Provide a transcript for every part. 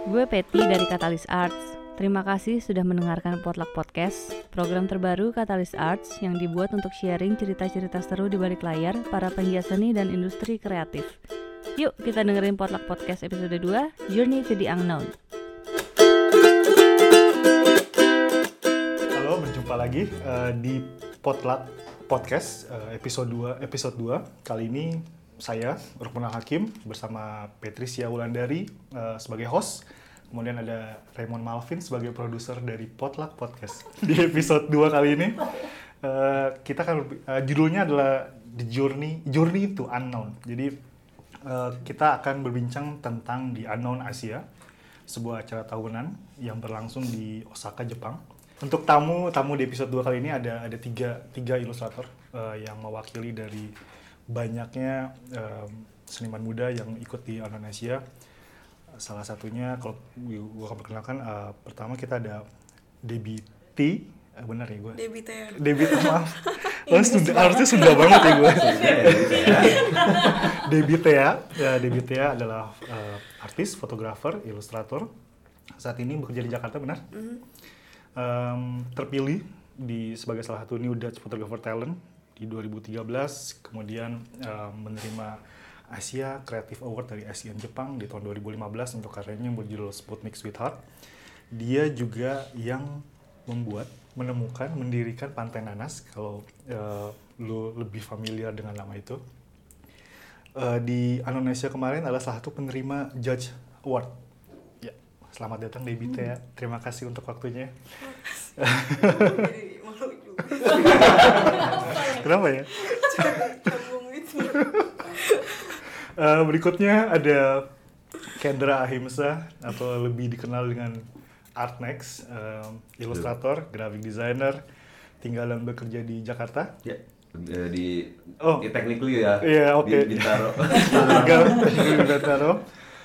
Gue Peti dari Catalyst Arts. Terima kasih sudah mendengarkan Potluck Podcast, program terbaru Catalyst Arts yang dibuat untuk sharing cerita-cerita seru di balik layar para penggiat seni dan industri kreatif. Yuk kita dengerin Potluck Podcast episode 2, Journey to the Unknown. Halo, berjumpa lagi di Potluck Podcast episode 2. Kali ini saya, Rukmanul Hakim, bersama Patricia Wulandari sebagai host. Kemudian ada Raymond Malvin sebagai produser dari Potluck Podcast. Di episode 2 kali ini, kita akan judulnya adalah The Journey to Unknown. Jadi, kita akan berbincang tentang The Unknown Asia, sebuah acara tahunan yang berlangsung di Osaka, Jepang. Untuk tamu di episode 2 kali ini ada tiga ilustrator yang mewakili dari banyaknya seniman muda yang ikut di Unknown Asia. Salah satunya kalau gue akan perkenalkan, pertama kita ada Debbie T. Benar ya gue? Debbie T, maaf. Harusnya Sunda banget ya gue. Debbie T adalah artis, fotografer, ilustrator. Saat ini bekerja di Jakarta, benar? Terpilih sebagai salah satu New Dutch Photographer Talent di 2013, kemudian menerima Asia Creative Award dari ASEAN Jepang di tahun 2015 untuk karyanya yang berjudul Sputnik Sweetheart. Dia juga yang mendirikan Pantai Nanas, kalau lu lebih familiar dengan nama itu. Di Unknown Asia kemarin adalah salah satu penerima Judge Award. Ya, selamat datang Debbie ya. Terima kasih untuk waktunya. Kenapa ya? Berikutnya ada Kendra Ahimsa atau lebih dikenal dengan Artnex, ilustrator, graphic designer, tinggal dan bekerja di Jakarta. Ya, technically ya. Iya, oke. Di Bintaro. Tinggal di Bintaro.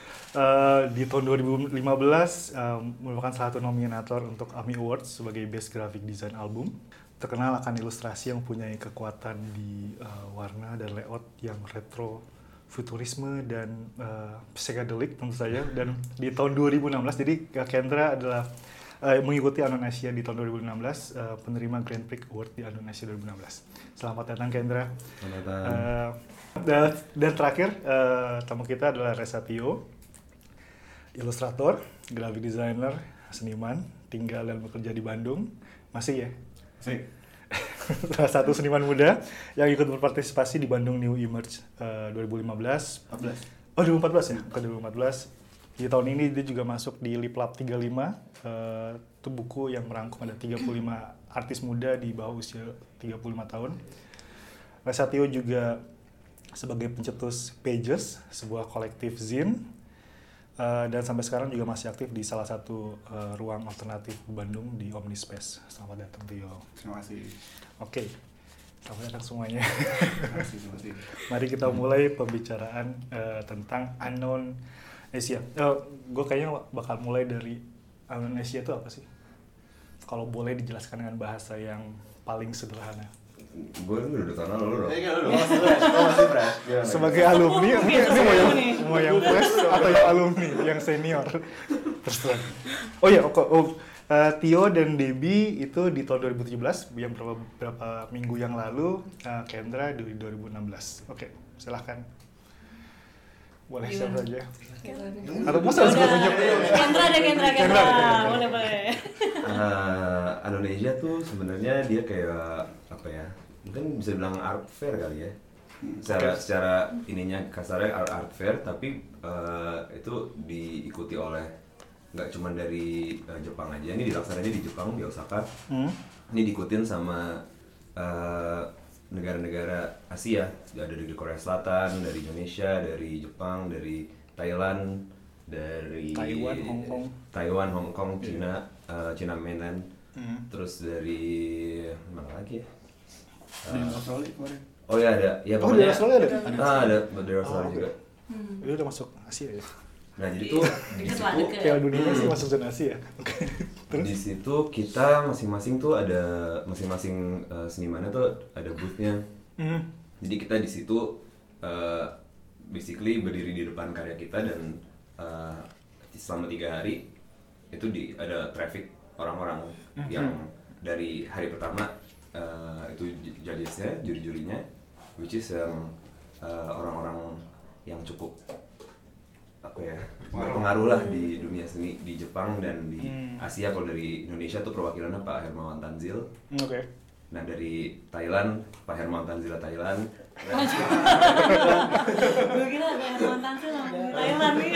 Di tahun 2015 merupakan salah satu nominator untuk AMI Awards sebagai Best Graphic Design Album. Terkenal akan ilustrasi yang punya kekuatan di warna dan layout yang retro, futurisme dan psychedelic tentu saja. Dan di tahun 2016, jadi Kendra adalah mengikuti Unknown Asia di tahun 2016, penerima Grand Prix Award di Unknown Asia 2016. Selamat datang Kendra. Selamat datang. Dan terakhir tamu kita adalah Reza Tio, ilustrator, graphic designer, seniman, tinggal dan bekerja di Bandung. Masih ya? Masih. Salah satu seniman muda yang ikut berpartisipasi di Bandung New Emerge 2015. 14. Oh, 2014 ya? Ke 2014. Di tahun ini dia juga masuk di Lip Lab 35. Itu buku yang merangkum ada 35 artis muda di bawah usia 35 tahun. Reza Tio juga sebagai pencetus Pages, sebuah kolektif zine. Dan sampai sekarang juga masih aktif di salah satu ruang alternatif Bandung di Omnispace. Selamat datang Tio. Terima kasih. Oke, selamat datang semuanya. Terima kasih. Mari kita mulai pembicaraan tentang Unknown Asia. Gue kayaknya bakal mulai dari Unknown Asia itu apa sih? Kalau boleh dijelaskan dengan bahasa yang paling sederhana. Gue udah kenal lo dong. Masih fresh. Sebagai alumni, ini mau yang fresh atau yang alumni, yang senior? Terus terang. Oh ya, Tio dan Debbie itu di tahun 2017, yang beberapa minggu yang lalu, Kendra di 2016. Oke, silahkan. Boleh siapa saja. Atau masa harus gue tunjuk? Kendra. Boleh. Indonesia tuh sebenarnya dia kayak apa ya? Mungkin bisa bilang art fair kali ya. Secara ininya kasarnya art fair, tapi itu diikuti oleh nggak cuma dari Jepang aja. Ini dilaksananya di Jepang, di Osaka. Ini diikutin sama negara-negara Asia. Ada dari Korea Selatan, dari Indonesia, dari Jepang, dari Thailand, dari Taiwan, Hong Kong, Cina mainland. Terus dari mana lagi ya? Di Australia kemarin. Oh ya ada. Ya, di Australia ada? Ada dari Australia juga. Itu udah masuk Asia ya? Nah jadi tuh di situ Piala Dunia sih masuk zona Asia. di situ kita masing-masing tuh ada senimannya tuh ada booth-nya. Jadi kita di situ basically berdiri di depan karya kita dan selama 3 hari itu ada traffic orang-orang yang dari hari pertama itu judgesnya, juri-jurinya, which is yang orang-orang yang cukup berpengaruh lah di dunia seni di Jepang dan di Asia. Kalau dari Indonesia tuh perwakilannya Pak Hermawan Tanzil. Oke. Nah dari Thailand, Pak Hermawan Tanzil Thailand. Gue kira ada Hermawan Tanzil sama Thailand nih.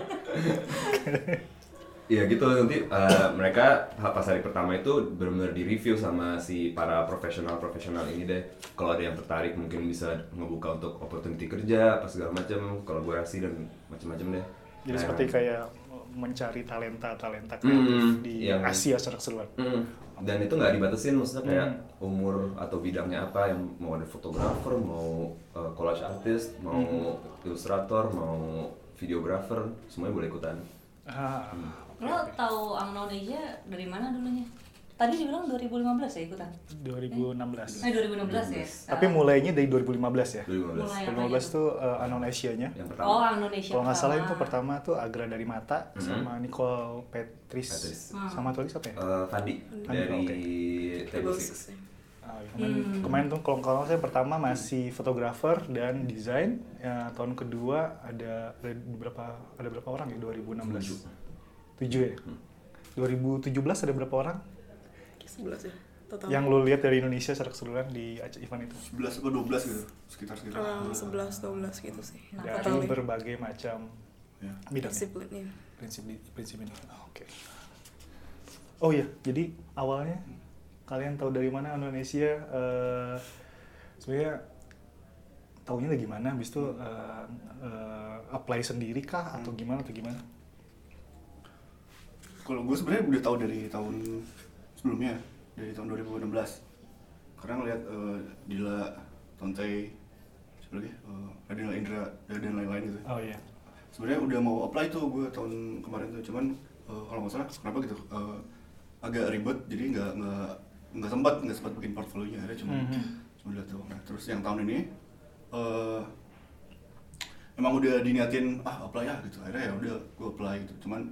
Iya gitu, nanti mereka pas hari pertama itu benar-benar di-review sama si para profesional ini deh. Kalau ada yang tertarik mungkin bisa ngebuka untuk opportunity kerja, apa segala macam, kolaborasi dan macam-macam deh. Jadi seperti kayak mencari talenta kreatif di Asia secara keseluruhan. Dan itu nggak dibatasin, maksudnya kayak umur atau bidangnya apa, yang mau ada fotografer, mau collage artist, mau ilustrator, mau videographer, semuanya boleh ikutan. Lo tahu Indonesia dari mana dulunya? Tadi dibilang 2015 ya ikutan? 2016. 2016 ya? Tapi mulainya dari 2015 ya? 2015 2015. tuh Indonesia-nya. Yang pertama. Oh, Indonesia. Kalau nggak salah itu pertama tuh Agra dari Mata sama Nicole Petris. Sama tulis apa ya? Fandi dari Table Six. Kemarin tuh kalau saya pertama masih fotografer dan desain. Ya, tahun kedua ada berapa orang ya? 2016. 7 ya? 2017 ada berapa orang? 11 ya total. Yang lo lihat dari Indonesia secara keseluruhan di event itu? 11 atau 12 gitu, sekitar 11-12 gitu sih. Dari berbagai macam bidang. Prinsip ini. Oke. Oh iya, jadi awalnya kalian tahu dari mana Indonesia? Sebenarnya taunya dari gimana? Habis itu apply sendiri kah atau gimana? Kalau gue sebenarnya udah tahu dari tahun sebelumnya, dari tahun 2016. Karena ngeliat Dila, Tontai, siapa lagi? Radinal Indra dan lain-lain gitu. Oh iya. Sebenarnya udah mau apply tuh gue tahun kemarin tuh, cuman kalau nggak salah kenapa gitu agak ribet, jadi nggak sempat bikin portfolionya, akhirnya cuma lihat doang. Nah, terus yang tahun ini emang udah diniatin apply ya gitu, akhirnya ya udah gue apply gitu, cuman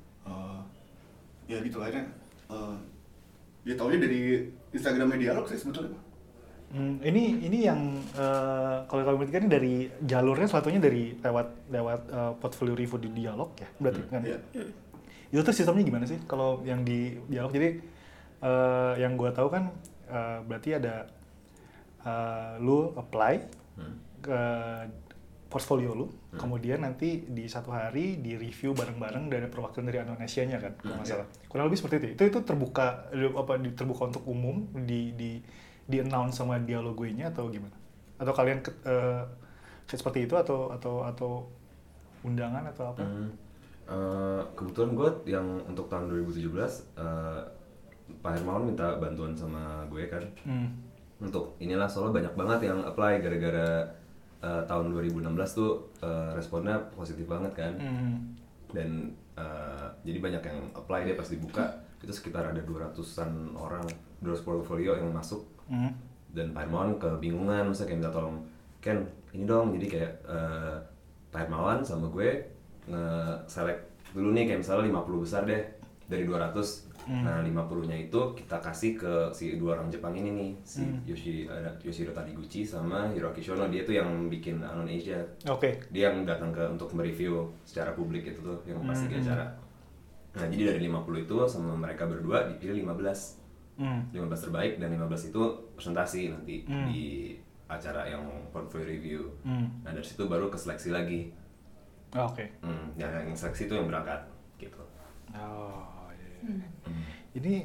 ya gitu akhirnya ya taunya dari Instagramnya Dialog sih sebetulnya. Ini yang kalau kalian perhatikan ini dari jalurnya satunya dari lewat portfolio review di Dialog ya berarti kan? Iya. Itu tuh sistemnya gimana sih kalau yang di Dialog? Jadi yang gue tahu kan berarti ada lu apply ke portfolio lu, kemudian nanti di satu hari di review bareng-bareng dari perwakilan dari Indonesia-nya kan, kalau nggak salah. Kurang lebih seperti itu. Itu terbuka untuk umum di announce sama Dialogway-nya atau gimana? Atau kalian kayak seperti itu atau undangan atau apa? Kebetulan gue yang untuk tahun 2017 Pak Hermawan minta bantuan sama gue kan untuk inilah, soalnya banyak banget yang apply gara-gara tahun 2016 tuh responnya positif banget kan. Dan jadi banyak yang apply deh, pas dibuka itu sekitar ada 200-an orang, 200 portfolio yang masuk. Dan Pak Hermawan kebingungan, maksudnya kayak minta tolong, Ken ini dong, jadi kayak Pak Hermawan sama gue nge-select dulu nih kayak misalnya 50 besar deh dari 200. Nah 50-nya itu kita kasih ke si dua orang Jepang ini nih, si Yoshiro Taniguchi sama Hiroaki Shono. Dia tuh yang bikin Indonesia. Oke. Dia yang datang untuk mereview secara publik itu tuh yang pasti di acara. Nah jadi dari 50 itu sama mereka berdua dipilih 15 terbaik, dan 15 itu presentasi nanti di acara yang portfolio review. Nah dari situ baru ke seleksi lagi. Oke. Yang seleksi itu yang berangkat gitu. Oh iya. Ini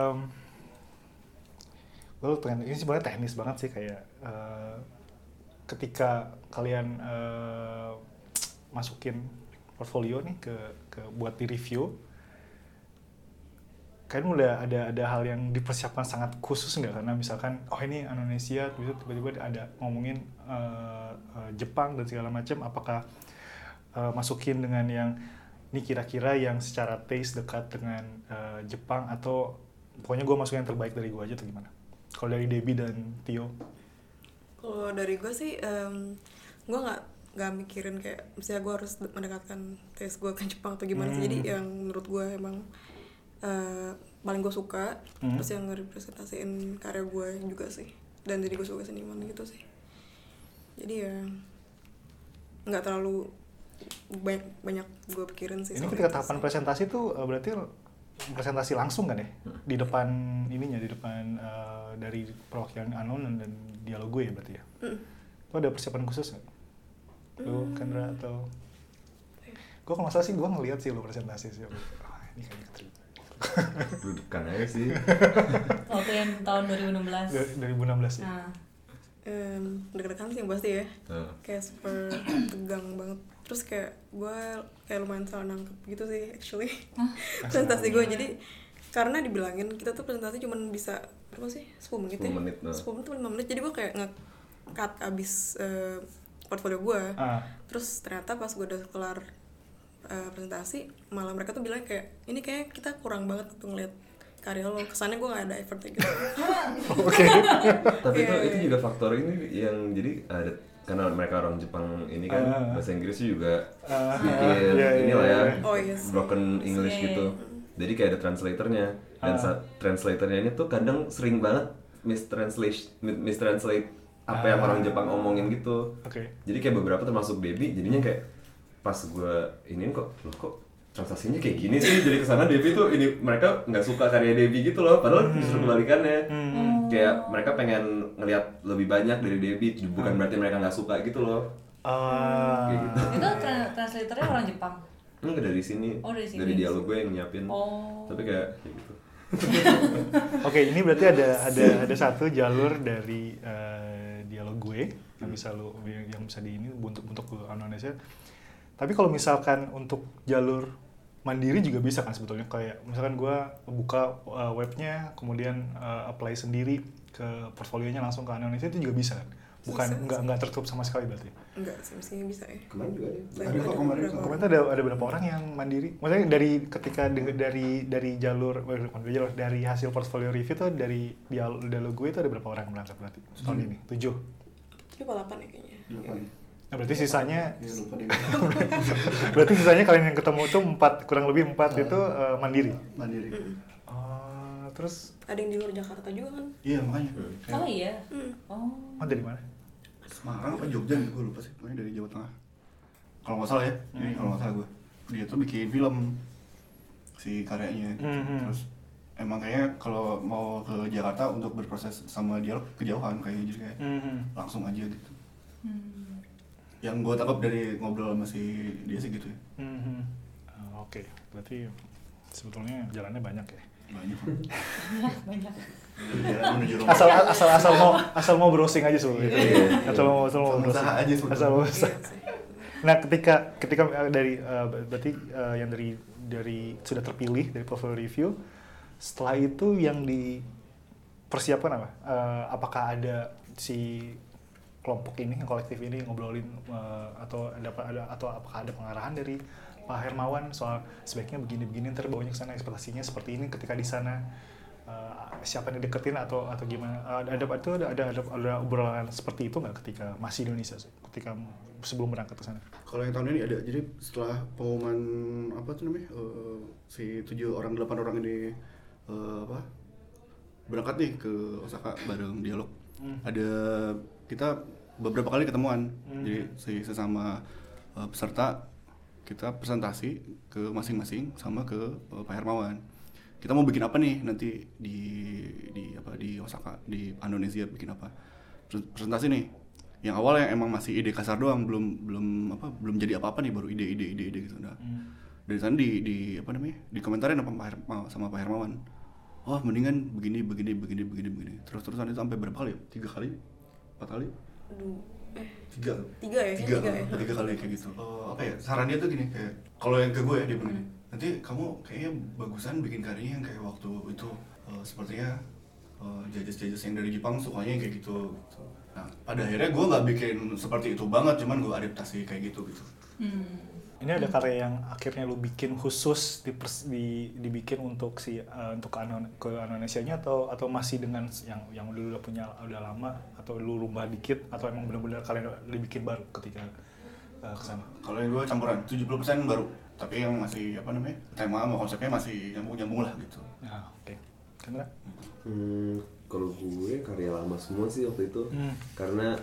ini sebenarnya teknis banget sih, kayak ketika kalian masukin portfolio nih ke buat di review, kalian udah ada hal yang dipersiapkan sangat khusus nggak? Karena misalkan ini Indonesia, tiba-tiba ada ngomongin Jepang dan segala macam, apakah masukin dengan yang ini kira-kira yang secara taste dekat dengan Jepang, atau pokoknya gue masukin yang terbaik dari gue aja, atau gimana? Kalau dari Debbie dan Tio? Kalau dari gue sih, gue nggak nggak mikirin kayak misalnya gue harus mendekatkan tes gue ke Jepang atau gimana sih. Jadi yang menurut gue emang paling gue suka terus yang ngerepresentasiin karya gue juga sih, dan jadi gue suka seniman gitu sih. Jadi ya nggak terlalu banyak gue pikirin sih. Ini ketika tahapan presentasi tuh berarti presentasi langsung kan ya? Di depan ininya, di depan dari perwakilan Anon dan dialog gue ya berarti ya? Lo ada persiapan khusus nggak? Lo Kendra atau? Gue kalau nggak salah sih gue ngeliat sih lo presentasi sih. Ini kayaknya keterima. Dudukan aja sih. Waktu yang tahun 2016. 2016 ya? Nah, Deg-degan sih yang pasti ya. Kayak super tegang banget. Terus kayak gue kayak lumayan salah nangkep gitu sih actually presentasi gue. Jadi karena dibilangin kita tuh presentasi cuma bisa berapa sih? 10 menit 10 ya? menit, 10 menit atau 5 menit. Jadi gue kayak nge-cut abis portfolio gue. Terus ternyata pas gue udah kelar presentasi, malah mereka tuh bilang kayak ini kayak kita kurang banget tuh ngeliat karya lo, kesannya gue gak ada effortnya gitu. Oke. Tapi itu juga faktor ini yang jadi ada, karena mereka orang Jepang ini kan bahasa Inggrisnya juga bikin inilah ya, broken English gitu. Jadi kayak ada translatornya, dan translatornya ini tuh kadang sering banget mistranslate apa yang orang Jepang omongin gitu. Jadi kayak beberapa termasuk Debbie, jadinya kayak pas gue iniin kok transaksinya kayak gini sih, jadi kesana Debbie tuh ini mereka nggak suka karya Debbie gitu loh, padahal justru kebalikannya. Kayak mereka pengen ngelihat lebih banyak dari Debbie, bukan berarti mereka nggak suka gitu loh. Kayak gitu. itu translatornya orang Jepang? Enggak, dari sini. Dari dialog gue yang nyiapin. Tapi kayak gitu. Oke, ini berarti ada satu jalur dari dialog gue yang bisa di ini untuk Indonesia. Tapi kalau misalkan untuk jalur mandiri juga bisa kan sebetulnya, kayak misalkan gue buka webnya kemudian apply sendiri ke portfolionya langsung ke Indonesia, itu juga bisa kan? Bukan nggak tertutup sama sekali berarti? Enggak sih, mestinya bisa ya. Kemarin juga Ada kok kemarin. Kemarin tuh ada beberapa orang yang mandiri. Maksudnya dari jalur dari hasil portfolio review tuh dari dialog gue itu ada berapa orang yang berangkat berarti tahun ini? 7. 7 atau 8 ya kayaknya. 8. Nah, berarti sisanya Ya lupa deh. berarti sisanya kalian yang ketemu tuh 4, kurang lebih 4 itu mandiri. Mandiri. Terus Ada yang di luar Jakarta juga kan? Iya makanya. Oh iya. dari mana? Semarang apa Jogja nih, gue lupa sih. Pokoknya dari Jawa Tengah. Kalau nggak salah ya, ini kalau nggak salah gue. Dia tuh bikin film si karyanya. Terus emang kayaknya kalau mau ke Jakarta untuk berproses sama dialog kejauhan kayaknya, jadi kayak langsung aja gitu. Yang gue tangkap dari ngobrol sama si dia sih gitu ya. Oke, berarti sebetulnya jalannya banyak ya. Banyak. asal mau browsing aja sebetulnya. Asal mau browsing aja sebetulnya. Asal mau usaha. Nah, ketika dari berarti yang dari sudah terpilih dari profile review, setelah itu yang dipersiapkan apa? Apakah ada si kelompok ini, kolektif ini ngobrolin atau apakah ada pengarahan dari Pak Hermawan soal sebaiknya begini-begini, ntar bawanya ke sana, ekspektasinya seperti ini ketika di sana, siapa yang dideketin atau gimana? Ada obrolan seperti itu nggak ketika masih di Indonesia, ketika sebelum berangkat ke sana? Kalau yang tahun ini ada, jadi setelah pengumuman si 8 orang ini berangkat nih ke Osaka bareng dialog, ada kita beberapa kali ketemuan, jadi si sesama peserta kita presentasi ke masing-masing sama ke Pak Hermawan. Kita mau bikin apa nih nanti di Osaka, di Indonesia, bikin apa? Presentasi nih. Yang awal yang emang masih ide kasar doang, belum jadi apa-apa nih, baru ide gitu. Nah, dari sana di komentarin sama Pak Hermawan. Oh, mendingan begini. Terus-terusan itu sampai berapa kali ya? 3 kali? 4 kali? Tiga kali kayak gitu. Apa ya, sarannya tuh gini, kayak kalau yang ke gue ya, dia bilang gini, nanti kamu kayaknya bagusan bikin karyanya yang kayak waktu itu sepertinya judges yang dari Jepang sukanya yang kayak gitu. Nah, pada akhirnya gue nggak bikin seperti itu banget, cuman gue adaptasi kayak gitu. Ini ada karya yang akhirnya lu bikin khusus dibikin untuk ke Indonesianya atau masih dengan yang udah lama, atau lu rubah dikit, atau emang benar-benar kalian dibikin baru ketika kesana? Kalau yang gue campuran, 70% baru. Tapi yang masih tema sama konsepnya masih nyambung lah gitu. Nah, oke. Kendra? Kalau gue karya lama semua sih waktu itu. Karena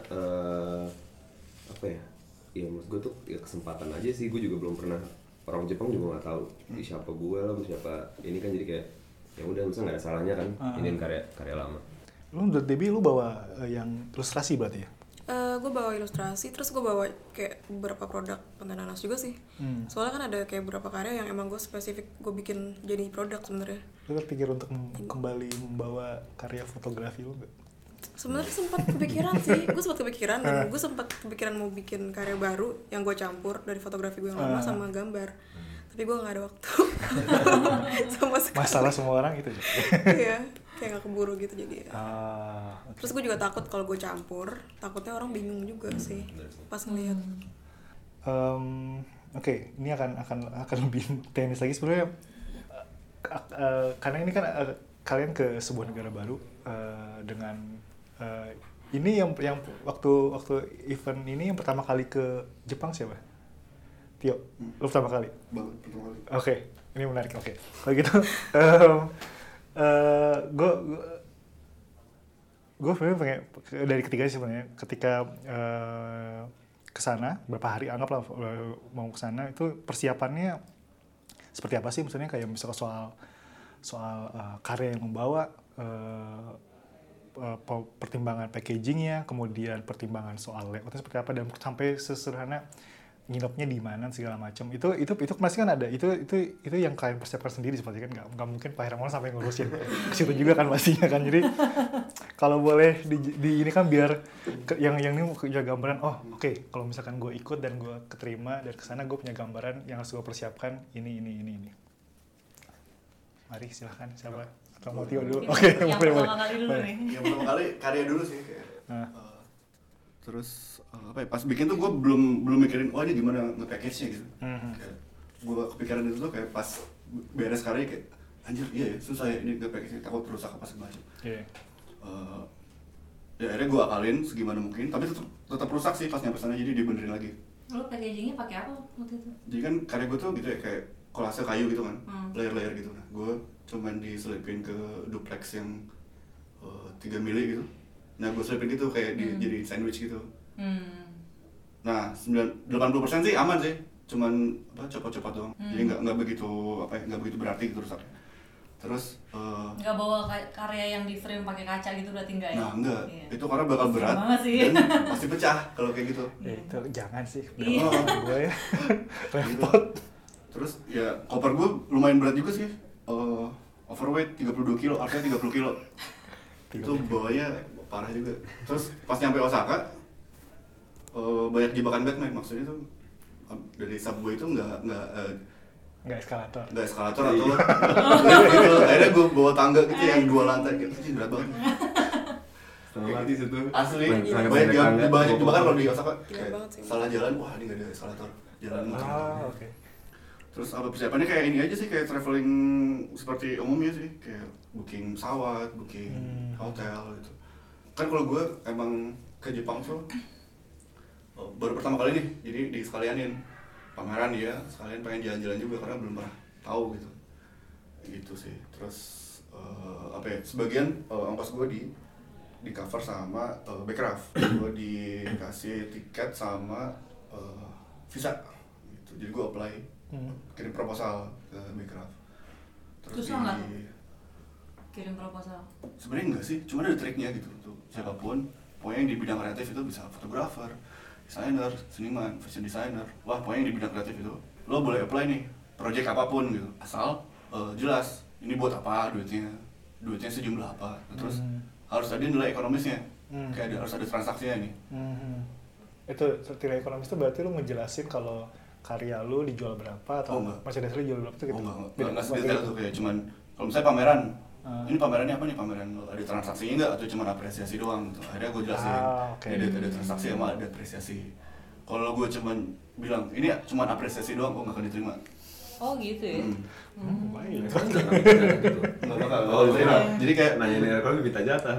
ya menurut gue tuh ya kesempatan aja sih. Gue juga belum pernah, orang Jepang juga nggak tahu siapa gue lah, siapa ini kan, jadi kayak ya udah, misalnya nggak ada salahnya kan iniin karya lama. Lu menurut Debbie lu bawa yang ilustrasi berarti ya? Gue bawa ilustrasi, terus gue bawa kayak beberapa produk konten nanas juga sih. Soalnya kan ada kayak beberapa karya yang emang gue spesifik gue bikin jadi produk sebenarnya. Lu terpikir untuk kembali membawa karya fotografi lu nggak? Sebenarnya sempat kepikiran sih, gue sempat kepikiran dan gue sempat kepikiran mau bikin karya baru yang gue campur dari fotografi gue yang lama sama gambar. Tapi gue nggak ada waktu sama sekali. Masalah semua orang itu. Iya, kayak nggak keburu gitu jadi. Okay. Terus gue juga takut kalau gue campur, takutnya orang bingung juga sih pas ngeliat. Oke, ini akan lebih teknis lagi sebenarnya. Karena ini kan kalian ke sebuah negara baru dengan ini yang waktu event ini yang pertama kali ke Jepang siapa? Tio, lu pertama kali? Pertama kali. Oke, ini menarik. Oke, kalau gitu, gue sebenarnya pengen dari ketiga sih sebenarnya. Ketika kesana, beberapa hari anggaplah mau kesana, itu persiapannya seperti apa sih? Misalnya kayak misalnya soal karya yang membawa, pertimbangan packagingnya, kemudian pertimbangan soal layoutnya seperti apa, dan sampai sesederhana nginepnya di mana segala macam. Itu pasti kan ada. Itu yang kalian persiapkan sendiri seperti kan, nggak mungkin Pak Hermawan sampai ngurusin ke situ juga kan pastinya kan. Jadi kalau boleh di ini kan biar yang ini punya gambaran. Oh oke, kalau misalkan gue ikut dan gue keterima dan kesana, gue punya gambaran yang harus gue persiapkan ini. Mari silahkan, siapa? Atau mau Tio dulu? Oke, yang boleh. pertama kali dulu nih. Yang pertama kali karya dulu sih kayak. Terus pas bikin tuh gue belum mikirin ini gimana nge-package-nya gitu. Kayak gue kepikiran itu tuh kayak pas beres karya kayak anjir iya ya susah ya ini nge-package-nya, takut rusak apa segala macam. Ya akhirnya gue akalin segimana mungkin, tapi tetap rusak sih pas nyampe sana, jadi dibenerin lagi. Lu packagingnya pakai apa waktu itu? Jadi kan karya gue tuh gitu ya kayak kolase kayu gitu kan, layer-layer gitu. Nah gue cuman diselipin ke duplex yang 3 mili gitu. Nah gue selipin gitu kayak jadi sandwich gitu. Nah 80% sih aman sih, cuman copot-copot doang. Jadi nggak begitu berarti gitu rusaknya. Terus nggak bawa karya yang di frame pakai kaca gitu berarti nggak ya? Nah enggak, iya. itu karena bakal berat sih. dan pasti pecah kalau kayak gitu. Itu jangan sih, Iya. gue ya repot. Terus ya koper gue lumayan berat juga sih, overweight 32 kilo, artinya 30 kilo. Itu bawanya parah juga. Terus pas nyampe Osaka, banyak jebakan Batman, maksudnya tuh dari subway itu nggak eskalator atau gitu. Akhirnya gue bawa tangga gitu yang 2 lantai gitu, berat banget. Setengah mati situ. Asli, Banyak banyak jebakan kalau di Osaka. Gila banget sih. Salah jalan, wah ini nggak ada eskalator, jalan macam. Oke. Terus persiapannya kayak ini aja sih, kayak traveling seperti umumnya sih, kayak booking pesawat, booking hotel gitu. Kan kalau gue emang ke Jepang tuh baru pertama kali nih, jadi sekalianin pameran ya, sekalian pengen jalan-jalan juga karena belum pernah tahu gitu. Gitu sih. Terus sebagian ongkos gue di cover sama Backcraft. Gue dikasih tiket sama visa gitu. Jadi gue apply, kirim proposal ke Backcraft. Terus lo nggak kirim proposal? Sebenarnya enggak sih, cuma ada triknya gitu untuk siapapun. Pokoknya yang di bidang kreatif itu bisa fotografer, desainer, seniman, fashion designer. Wah, pokoknya yang di bidang kreatif itu lo boleh apply nih, project apapun gitu. Asal jelas ini buat apa, duitnya sejumlah apa. Terus harus ada nilai ekonomisnya, kayak harus ada transaksinya nih. Itu nilai ekonomis itu berarti lu ngejelasin kalau karya lu dijual berapa atau masih dasarnya dijual berapa itu gitu? Enggak sedetail tuh, kayak cuman kalau misalnya pameran, ini pamerannya apa nih, pameran ada transaksinya enggak atau cuma apresiasi doang gitu. Akhirnya gue jelasin, ada transaksi sama ada apresiasi. Kalau gue cuman bilang ini cuma apresiasi doang, gue nggak akan diterima. Oh gitu ya? Baik. Nggak bakal diterima. Jadi kayak nanya kalau minta jatah.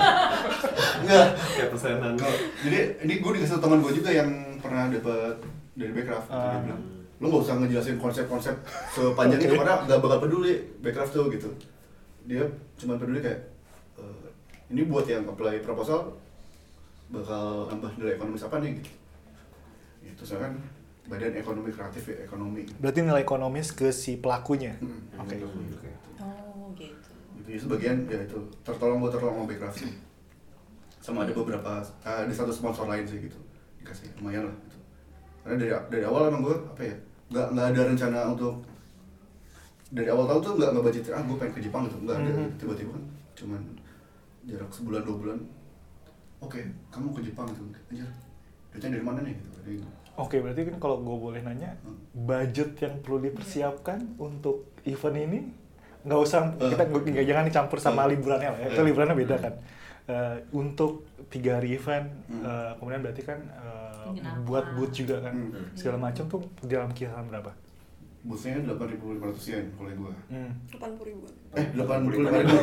Enggak. Kayak pesanan. Jadi ini gue dikasih teman gue juga yang pernah dapat dari Backcraft gitu. Dia bilang lu nggak usah ngejelasin konsep-konsep sepanjang itu karena nggak bakal peduli Backcraft tuh gitu. Dia cuma peduli kayak ini buat yang apply proposal bakal nambah nilai ekonomis apa nih gitu. Itu saya kan badan ekonomi kreatif ya, ekonomi. Berarti nilai ekonomis ke si pelakunya. Oke. Oh gitu. Itu sebagian ya itu tertolong sama Backcraft sih. Sama ada beberapa ada satu sponsor lain sih gitu dikasih lumayan lah gitu. Karena dari awal emang gue apa ya nggak ada rencana untuk dari awal tahun tuh nggak budgetin gue pengen ke Jepang gitu, nggak ada. Tiba-tiba kan cuman jarak sebulan 2 bulan oke, kamu ke Jepang gitu aja duitnya dari mana nih gitu. Oke, berarti kan kalau gue boleh nanya budget yang perlu dipersiapkan untuk event ini nggak usah kita jangan dicampur sama liburannya lah ya. Itu liburannya beda kan. Untuk 3 hari event kemudian berarti kan buat booth juga kan segala macam tuh dalam kisaran berapa? Boothnya 8.500 yen oleh gua. 80.000. 85.000.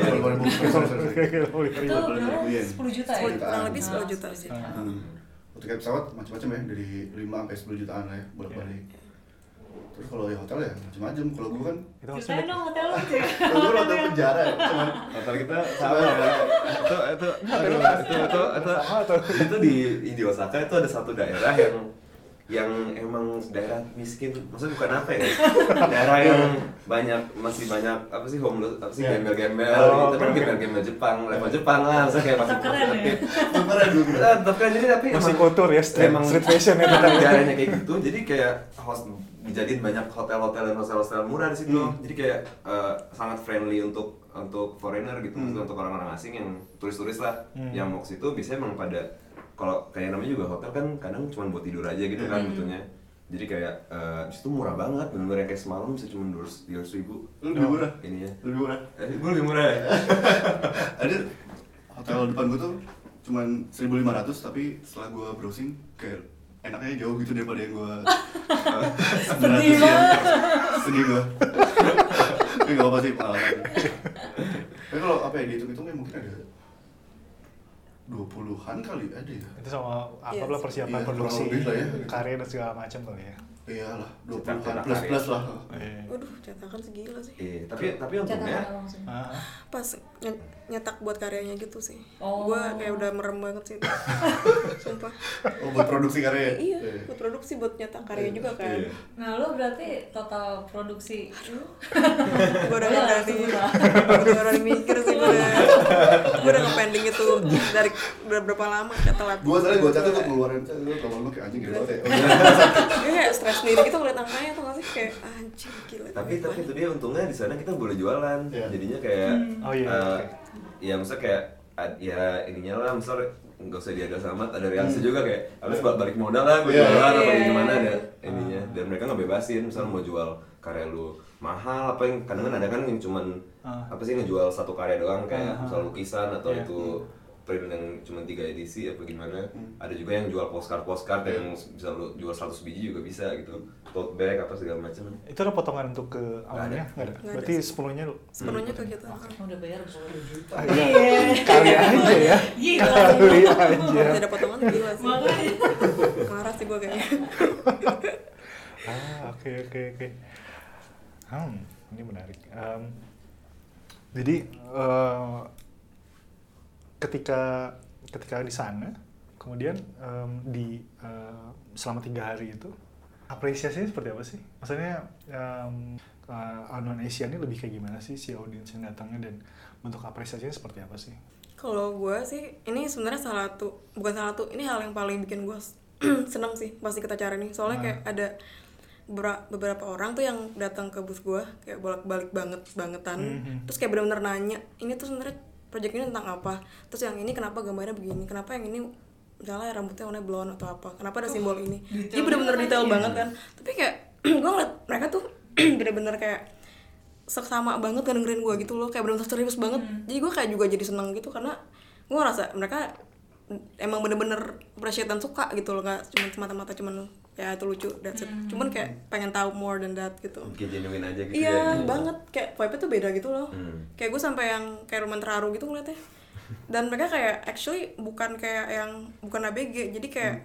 Itu berapa? 10 juta ya? Kurang lebih 10 juta sih. Tiket pesawat macam-macam ya dari 5 sampai 10 jutaan lah ya bolak-balik. Terus kalau ya hotel ya macam-macam. Kalau gua kan Ceritain dong hotel lu sih. kalau gua hotel penjara ya. Cuman Hotel kita sama ya. Itu di Osaka itu ada satu daerah yang emang daerah miskin, maksudnya bukan apa ya, daerah yang masih banyak apa sih homeless, apa sih gembel-gembel gitu kan, gembel-gembel Jepang, level Jepang lah, maksudnya kayak masih keren ya. tetap keren jadi tapi masih emang kotor ya street fashion ya emang daerahnya kayak gitu, jadi kayak host dijadiin banyak hotel-hotel dan hostel-hostel murah di situ, jadi kayak sangat friendly untuk foreigner gitu, maksudnya untuk orang-orang asing yang turis-turis lah yang mau ke situ biasanya emang pada kalau kayak namanya juga hotel kan kadang cuma buat tidur aja gitu kan betulnya. Jadi kayak di situ murah banget, bener-bener kayak semalam bisa cuma 200.000. lebih murah. Ininya. Lebih murah. Gue lebih murah ya. Ada hotel depan gua tuh cuman 1.500 tapi setelah gua browsing kayak enaknya jauh gitu daripada yang gua 900 ya. Sedih gua. Tapi enggak apa sih pengalaman. Tapi kalau apa ya dihitung-hitungnya mungkin ada 20-an kali ada ya. itu sama anggaplah persiapan Iya, produksi kurang lebih lah ya. karya dan segala macam kali ya. Iyalah, Cetak-cetak 20-an plus lah. Waduh, cetakan segila sih. Iya, tapi untungnya Cetakan maksudnya. Pas nyetak buat karyanya gitu sih. Oh. Gua kayak udah merem banget sih. Sumpah. Oh, buat produksi karya. Iya, buat produksi buat nyetak karya juga kan. Iya. Nah, lu berarti total produksi lu Gua udah boleh lah, berani, sebut lah. gua udah mikir sih gua udah nge-pending itu dari berapa lama kayak telat. Gua catat tuh ngeluarin lu kayak anjing gitu banget ya. Gue kayak stres sendiri gitu ngeliat angkanya tuh nggak sih kayak anjing gila. tapi itu dia untungnya di sana kita boleh jualan. Iya. Jadinya kayak Oh iya. ya maksudnya kayak ya ininya lah misalnya nggak usah diada selamat ada reaksi juga kayak habis balik modal lah gue Iya. jualan apa Iya. gimana ada ininya dan mereka nggak bebasin misalnya mau jual karya lu mahal apa yang kadang kan ada kan yang cuman apa sih ngejual satu karya doang kayak misal lukisan atau Iya. itu print yang cuma 3 edisi apa gimana ada juga yang jual postcard yang bisa lu jual 100 biji juga bisa gitu tote bag apa segala macam Itu ada potongan untuk ke awalnya? Nggak ada. Nggak ada Berarti sih. sepenuhnya Sepenuhnya tuh gitu. udah bayar 10 juta. iya. Kali aja ya. Gila. Kali aja. Kalau tidak potongan gila sih. Makanya. Marah sih gue kayaknya. Oke. Ini menarik. Jadi ketika di sana, kemudian selama 3 hari itu apresiasinya seperti apa sih? Maksudnya non Asia ini lebih kayak gimana sih si audiens yang datangnya dan bentuk apresiasinya seperti apa sih? Kalau gue sih ini sebenarnya bukan salah satu, ini hal yang paling bikin gue seneng sih pasti kita cari nih. Soalnya kayak ada beberapa orang tuh yang datang ke booth gue kayak bolak-balik bangetan. Terus kayak benar-benar nanya, ini tuh sebenarnya project ini tentang apa? Terus yang ini kenapa gambarnya begini? Kenapa yang ini misalnya rambutnya warna blonde atau apa? Kenapa ada simbol ini? Jadi benar-benar detail banget kan. Tapi kayak gue ngeliat mereka tuh bener-bener kayak seksama banget kan dengerin gue gitu loh, kayak bener-bener serius banget. Jadi gue kayak juga jadi seneng gitu karena gue ngerasa mereka emang bener-bener appreciate dan suka gitu loh, nggak cuma semata-mata cuman ya itu lucu, that's it. Cuman kayak pengen tahu more than that gitu. kayak genuine aja gitu Iya ya banget, kayak vibe-nya tuh beda gitu loh. Kayak gue sampai yang kayak rumah terharu gitu ngeliatnya. Dan mereka kayak actually bukan kayak yang bukan ABG, jadi kayak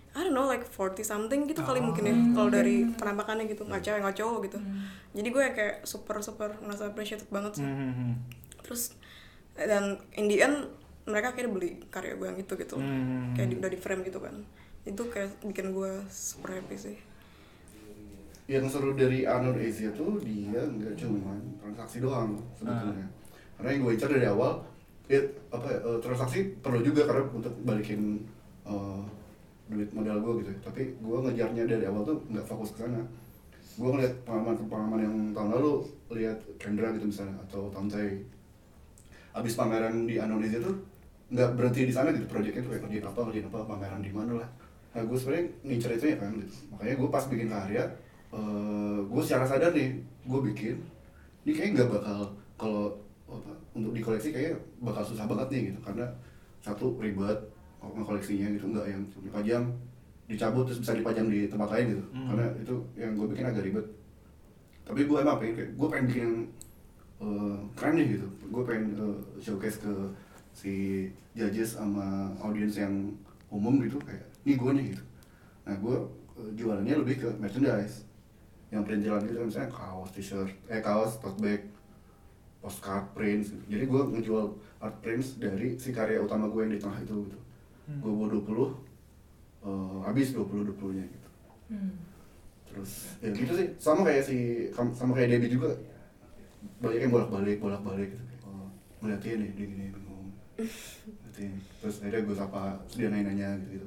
I don't know like 40 something gitu kali mungkin ya kalau dari penampakannya gitu, nggak cewek nggak cowok gitu. Jadi gue yang kayak super merasa appreciated banget sih. Terus dan in the end mereka akhirnya beli karya gue yang itu gitu, kayak udah di frame gitu kan. Itu kayak bikin gue super happy sih. Yang seru dari Anor Asia tuh dia nggak cuma transaksi doang sebetulnya. Karena yang gue incar dari awal, transaksi perlu juga karena untuk balikin duit modal gue gitu. Tapi gue ngejarnya dari awal tuh nggak fokus ke sana. Gue ngeliat pengalaman yang tahun lalu, lihat Kendra gitu misalnya atau Tante. Abis pameran di Indonesia tuh nggak berhenti di sana gitu, proyeknya tuh kayak kerjain apa, pameran di mana lah. Nah gue sebenarnya ngincer itu ya kan gitu. Makanya gue pas bikin karya, gue secara sadar nih, gue bikin ini kayaknya nggak bakal, kalau untuk dikoleksi kayaknya bakal susah banget nih gitu, karena satu ribet koleksinya gitu, nggak yang dipajang dicabut terus bisa dipajang di tempat lain gitu, karena itu yang gue bikin agak ribet. Tapi gue emang pengen bikin yang keren nih gitu, gue pengen showcase ke si judges sama audience yang umum gitu, kayak ini gue nih gitu. Nah gue jualannya lebih ke merchandise yang perintilan gitu, misalnya kaos, t-shirt, kaos, tote bag, postcard, prints gitu. Jadi gue ngejual art prints dari si karya utama gue yang di tengah itu gitu. Gue bawa 20, habis 20-20-nya gitu. Terus ya gitu sih, sama kayak Debbie juga, banyak yang bolak-balik gitu. Ngeliatin nih, dia gini bingung. Terus akhirnya gue sapa, terus dia nanya gitu.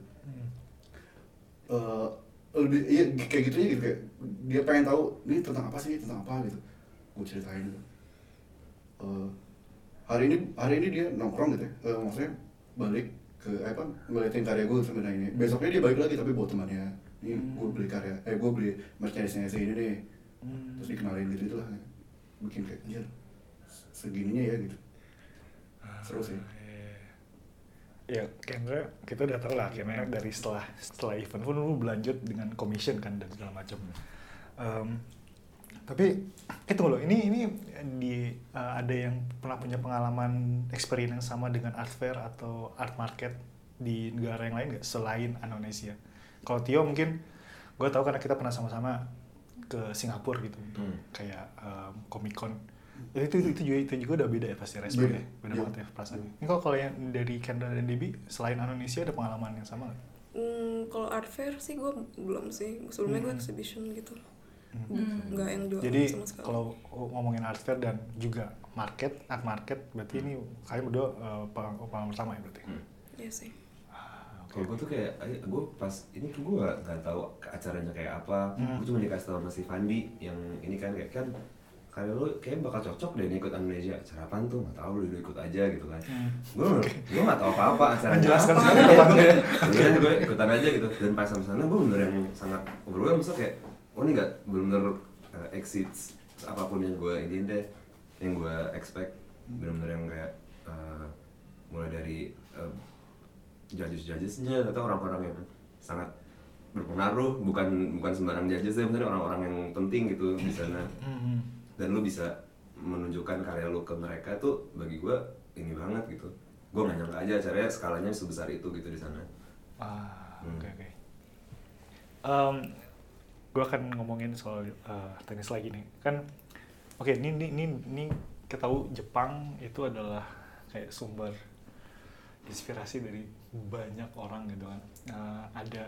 Lebih iya kayak gitunya gitu, kayak dia pengen tahu ini tentang apa gitu. Gue ceritain gitu. Hari ini dia nongkrong gitu ya, maksudnya balik ke ngeliatin karya gue sebenarnya ini. Besoknya dia balik lagi tapi buat temannya. Ini gue beli gue beli merchandise-nya si ini nih. Terus dikenalin gitu lah. Bikin kayak anjir, segininya ya gitu. Seru sih. Ya, Kendra, kita udah tahu lah akhirnya dari setelah event pun lu berlanjut dengan commission kan dan segala macam. Tapi tunggu loh, ini ada yang pernah punya pengalaman experience yang sama dengan art fair atau art market di negara yang lain nggak selain Indonesia? Kalau Tio mungkin gue tahu karena kita pernah sama-sama ke Singapura gitu, kayak Comic Con. Itu juga udah beda ya pasti responnya, beda banget ya perasaannya. Ini kalau yang dari Kendra dan Debbie selain Indonesia ada pengalaman yang sama nggak? Kalau art fair sih gue belum sih, sebelumnya gue exhibition gitu. Nggak yang jual sama sekali. Kalau ngomongin art fair dan juga art market, berarti ini kalian berdua pengalaman pertama ya berarti? Iya sih. Kalau gue tuh kayak, gue pas ini tuh gue nggak tahu acaranya kayak apa. Gue cuma dikasih tahu sama si Fandi yang ini kan kayak kan karya lu kayak bakal cocok deh ikut Indonesia. Acara apaan tuh? Nggak tahu, lu ikut aja gitu kan. Gue nggak tahu apa-apa acaranya. Menjelaskan apa. sekali. Gue ikutan aja gitu. Dan pas sama sana gue bener yang sangat overwhelmed, maksudnya kayak ini nggak bener-bener exceeds apapun yang gue ini deh, yang gue expect. Bener-bener yang kayak mulai dari judges-judgesnya atau orang-orang yang sangat berpengaruh, bukan sembarang judges ya, bener orang-orang yang penting gitu di sana. Dan lu bisa menunjukkan karya lu ke mereka tuh bagi gue ini banget gitu. Gue nggak nyangka aja acaranya skalanya sebesar itu gitu di sana. Oke. Gue akan ngomongin soal tenis lagi nih. Kan ini kita tahu Jepang itu adalah kayak sumber inspirasi dari banyak orang gitu kan. Ada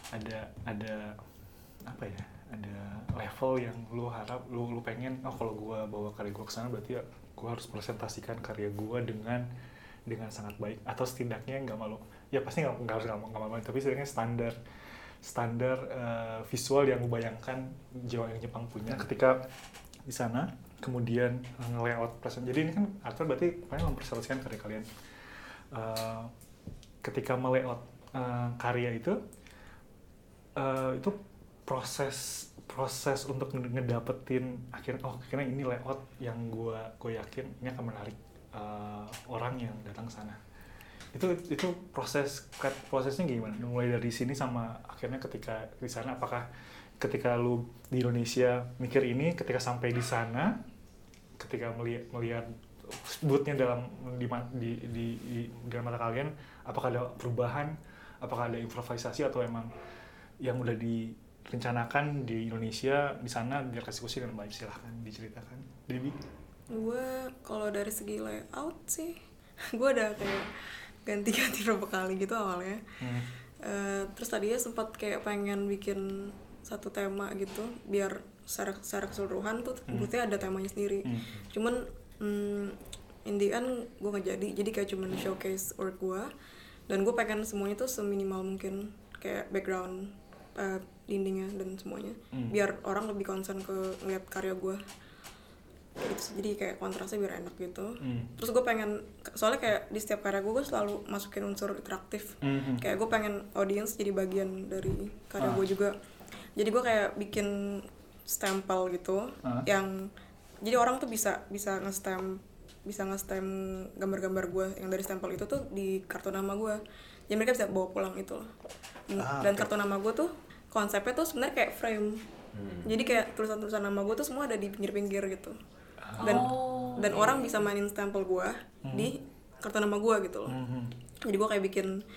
apa ya? Ada level yang lu harap lu pengen, kalau gue bawa karya gue ke sana berarti ya gue harus presentasikan karya gue dengan sangat baik, atau setidaknya nggak malu. Ya pasti nggak harus nggak malu, tapi setidaknya standar visual yang lu bayangkan yang Jepang punya ketika di sana, kemudian nge-layout present. Jadi ini kan artinya berarti kalian mempresentasikan karya kalian. Ketika melayout karya itu proses untuk ngedapetin akhirnya ini layout yang gue yakin ini akan menarik orang yang datang sana. Itu prosesnya gimana? Mulai dari sini sama akhirnya ketika di sana, apakah ketika lu di Indonesia mikir ini, ketika sampai di sana, ketika melihat booth-nya di dalam mata kalian, apakah ada perubahan apakah ada improvisasi atau emang yang udah direncanakan di Indonesia di sana biar eksekusi dengan baik? Silahkan diceritakan, Debbie. Gue kalau dari segi layout sih gue udah kayak ganti-ganti beberapa kali gitu awalnya. Terus tadinya sempat kayak pengen bikin satu tema gitu biar secara keseluruhan tuh booth-nya ada temanya sendiri. Cuman in the end gue nggak jadi kayak cuman showcase work gue, dan gue pengen semuanya tuh seminimal mungkin, kayak background, dindingnya dan semuanya, biar orang lebih concern ke ngeliat karya gue gitu. Jadi kayak kontrasnya biar enak gitu. Terus gue pengen, soalnya kayak di setiap karya gue selalu masukin unsur interaktif. Kayak gue pengen audience jadi bagian dari karya gue juga. Jadi gue kayak bikin stempel gitu, yang jadi orang tuh bisa nge-stamp gambar-gambar gue yang dari stempel itu tuh di kartu nama gue. Jadi mereka bisa bawa pulang itu loh. Dan kartu nama gue tuh konsepnya tuh sebenarnya kayak frame. Jadi kayak tulisan-tulisan nama gue tuh semua ada di pinggir-pinggir gitu. Dan orang bisa mainin stempel gue di kartu nama gue gitu loh. Jadi gue kayak bikin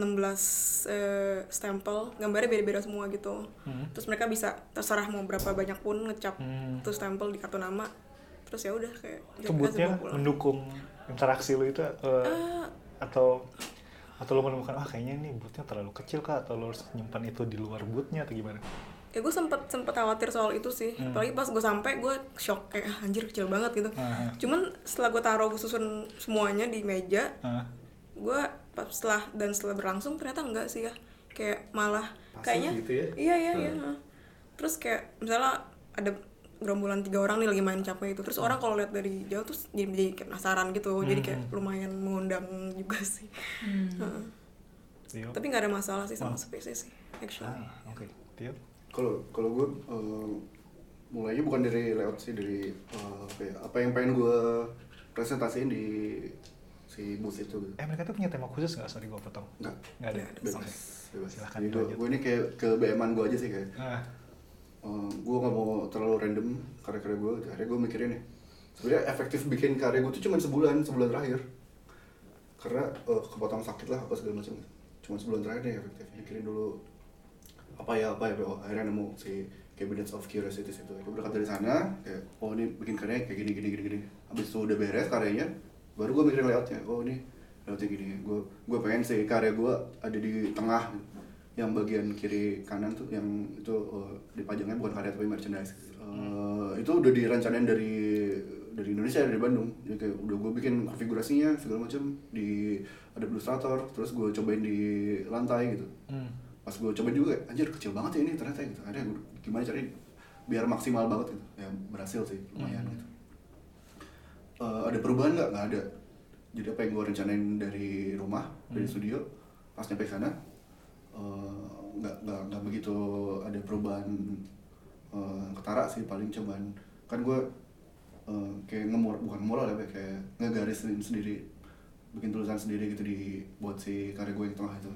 16 stempel, gambarnya beda-beda semua gitu. Terus mereka bisa terserah mau berapa banyak pun ngecap tuh stempel di kartu nama. Terus ya udah kayak Kebutnya mendukung interaksi lo itu atau lo menemukan kayaknya ini bootnya terlalu kecil kah, atau lo harus nyimpan itu di luar bootnya atau gimana? Ya gue sempet khawatir soal itu sih. Apalagi pas gue sampai gue shock kayak anjir kecil banget gitu. Cuman setelah gue taruh, gue susun semuanya di meja, gue setelah berlangsung ternyata enggak sih ya, kayak malah kayaknya gitu ya? Iya. Terus kayak misalnya ada gerombolan 3 orang nih lagi main capek itu, terus orang kalau lihat dari jauh tuh jadi kayak penasaran gitu. Jadi kayak lumayan mengundang juga sih. Tapi nggak ada masalah sih sama space sih actually. Oke. Tio? Kalau gue mulainya bukan dari layout sih, dari apa yang pengen gue presentasiin di si booth itu gitu. Mereka tuh punya tema khusus nggak? Sorry gue potong. Nggak ada. Bebas. Silahkan. Jadi gue ini kayak ke BM-an gue aja sih kayak. Gue nggak mau terlalu random karya-karya gue. Akhirnya gue mikirin nih, sebenarnya efektif bikin karya gue tuh cuma sebulan terakhir. Karena kepotong sakit lah apa segala macam. Cuma sebulan terakhir deh efektif. Mikirin dulu apa ya. Akhirnya nemu si Cabinets of Curiosities itu. Gue berangkat dari sana kayak ini bikin karya kayak gini. Habis itu udah beres karyanya, baru gue mikirin layoutnya. Ini layoutnya gini. Gue pengen si karya gue ada di tengah, yang bagian kiri kanan tuh yang itu dipajangnya bukan karya tapi merchandise. Itu udah direncanain dari Indonesia, dari Bandung. Jadi kayak udah gue bikin konfigurasinya segala macam di Adobe Illustrator, terus gue cobain di lantai gitu. Pas gue cobain juga anjir kecil banget ya ini ternyata gitu. Akhirnya gue gimana caranya biar maksimal banget gitu. Ya berhasil sih, lumayan gitu. Ada perubahan nggak ada. Jadi apa yang gue rencanain dari rumah, dari studio, pas nyampe sana nggak begitu ada perubahan ketara sih. Paling cuman kan gue kayak bukan mural ya, kayak ngegarisin sendiri, bikin tulisan sendiri gitu buat si karya gue yang tengah itu.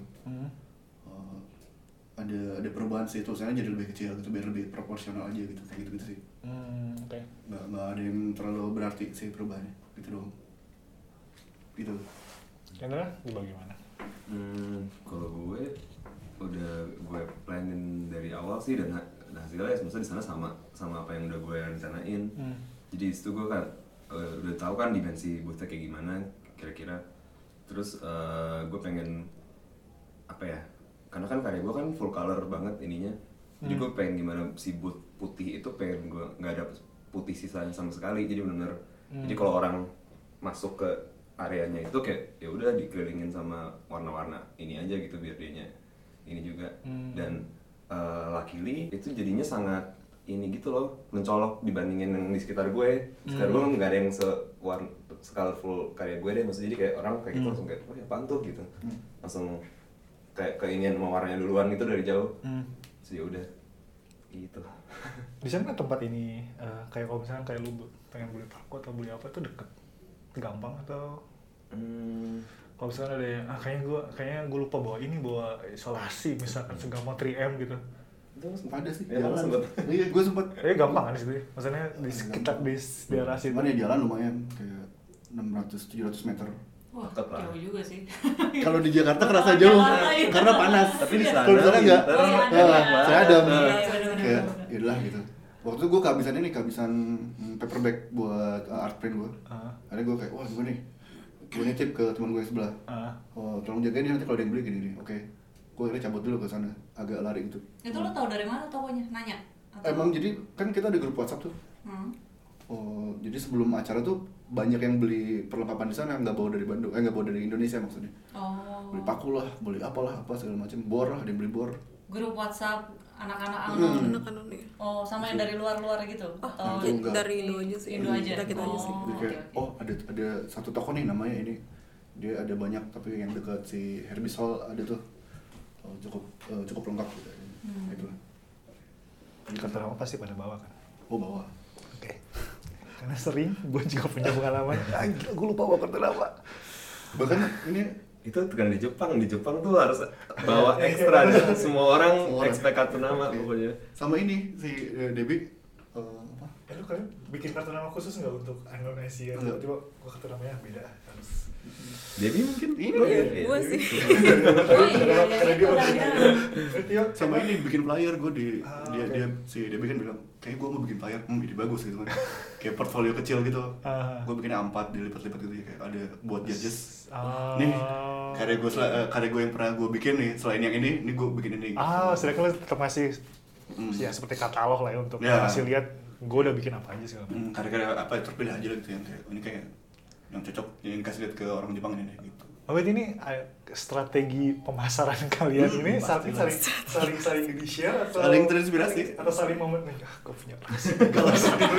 Ada perubahan sih, tulisannya jadi lebih kecil gitu biar lebih proporsional aja gitu, kayak gitu sih. Okay. Nggak ada yang terlalu berarti sih perubahannya gitu doang. Gitu. Kendra, dibagi mana? Kalau gue udah gue planning dari awal sih, dan hasilnya sebenarnya di sana sama apa yang udah gue rencanain. Jadi di situ gue kan udah tahu kan dimensi booth-nya kayak gimana kira-kira. Terus gue pengen apa ya? Karena kan karya gue kan full color banget ininya. Jadi gue pengen gimana si booth putih itu pengen gue nggak ada putih sisanya sama sekali. Jadi benar-benar. Jadi kalau orang masuk ke areanya itu kayak ya udah dikelilingin sama warna-warna ini aja gitu biar dianya ini juga. Dan luckily itu jadinya sangat ini gitu loh, mencolok dibandingin yang di sekitar gue. Sekitar gue nggak ada yang se-colorful karya gue deh. Maksudnya jadi kayak orang kayak gitu langsung kayak ya apaan tuh gitu. Langsung kayak keingin mau warnanya duluan gitu dari jauh. Terus ya udah gitu. Di sana tempat ini kayak kalau misalnya kayak lu pengen beli paku atau beli apa itu deket, gampang atau kalau misalnya ada yang kayaknya gue lupa bawa isolasi misalkan segampang 3M gitu. Itu ada sih ya, jalan. Iya, gue sempet. Gampang kan sih, maksudnya di sekitar di daerah situ. Cuman ya jalan lumayan kayak 600-700 meter. Wah, Deket lah. jauh juga sih. Kalau di Jakarta kerasa jauh Jakarta, iya. karena panas. Tapi di sana Kalau di sana enggak. Oh, iya, ada. Saya ada. Iya, bener-bener. Kayak yaudahlah gitu. Waktu itu gue kehabisan paperback buat art print gue. Akhirnya gue kayak, wah gue nitip ke teman gue yang sebelah. Oh, tolong jagain dia nanti kalau ada yang beli gini. Oke. Gue akhirnya cabut dulu ke sana, agak lari gitu. Itu lo tau dari mana tokonya? Nanya? Emang jadi kan kita ada grup WhatsApp tuh. Oh, jadi sebelum acara tuh banyak yang beli perlengkapan di sana, nggak bawa dari Bandung, nggak bawa dari Indonesia maksudnya. Oh. Beli paku lah, beli apalah apa segala macam, bor lah, ada yang beli bor. Grup WhatsApp anak-anak anak-anak nih. Oh, sama yang dari luar-luar gitu? Atau enggak. Dari Indo aja sih. Indo aja? Kita aja sih. Jadi kayak, oh ada satu toko nih namanya ini, dia ada banyak tapi yang dekat si Herbie Hall ada tuh. Oh, cukup lengkap gitu. Itu. Di kartu nama pasti pada bawa kan? Oh bawa. Oke. Karena sering, gue juga punya pengalaman. Gue lupa bawa kartu nama. Bahkan ini Itu kan di Jepang tuh harus bawa ekstra deh. Semua orang expect kartu nama pokoknya. sama ini si Debbie apa? Lu kalian bikin kartu nama khusus nggak untuk Indonesia? Enggak. Tiba-tiba gue kartu namanya beda harus. Debbie mungkin Ini Gue sih. Karena dia Tio, sama ini bikin flyer gue oke. dia si Debbie kan bilang kayak gue mau bikin flyer ini bagus gitu kan kayak portfolio kecil gitu gue bikinnya A4 dilipat-lipat gitu ya kayak ada buat judges nih karya gue yang pernah gue bikin nih selain yang ini gue bikin ini sedangkan lu tetap masih ya seperti katalog lah ya untuk Ya. masih lihat gue udah bikin apa aja segala macam. karya-karya apa terpilih aja gitu yang kayak ini kayak yang cocok yang kasih lihat ke orang Jepang ini gitu. Oh, berarti ini strategi pemasaran kalian ini saling di-share atau Saling terinspirasi. atau saling momen nih, gue punya Kalau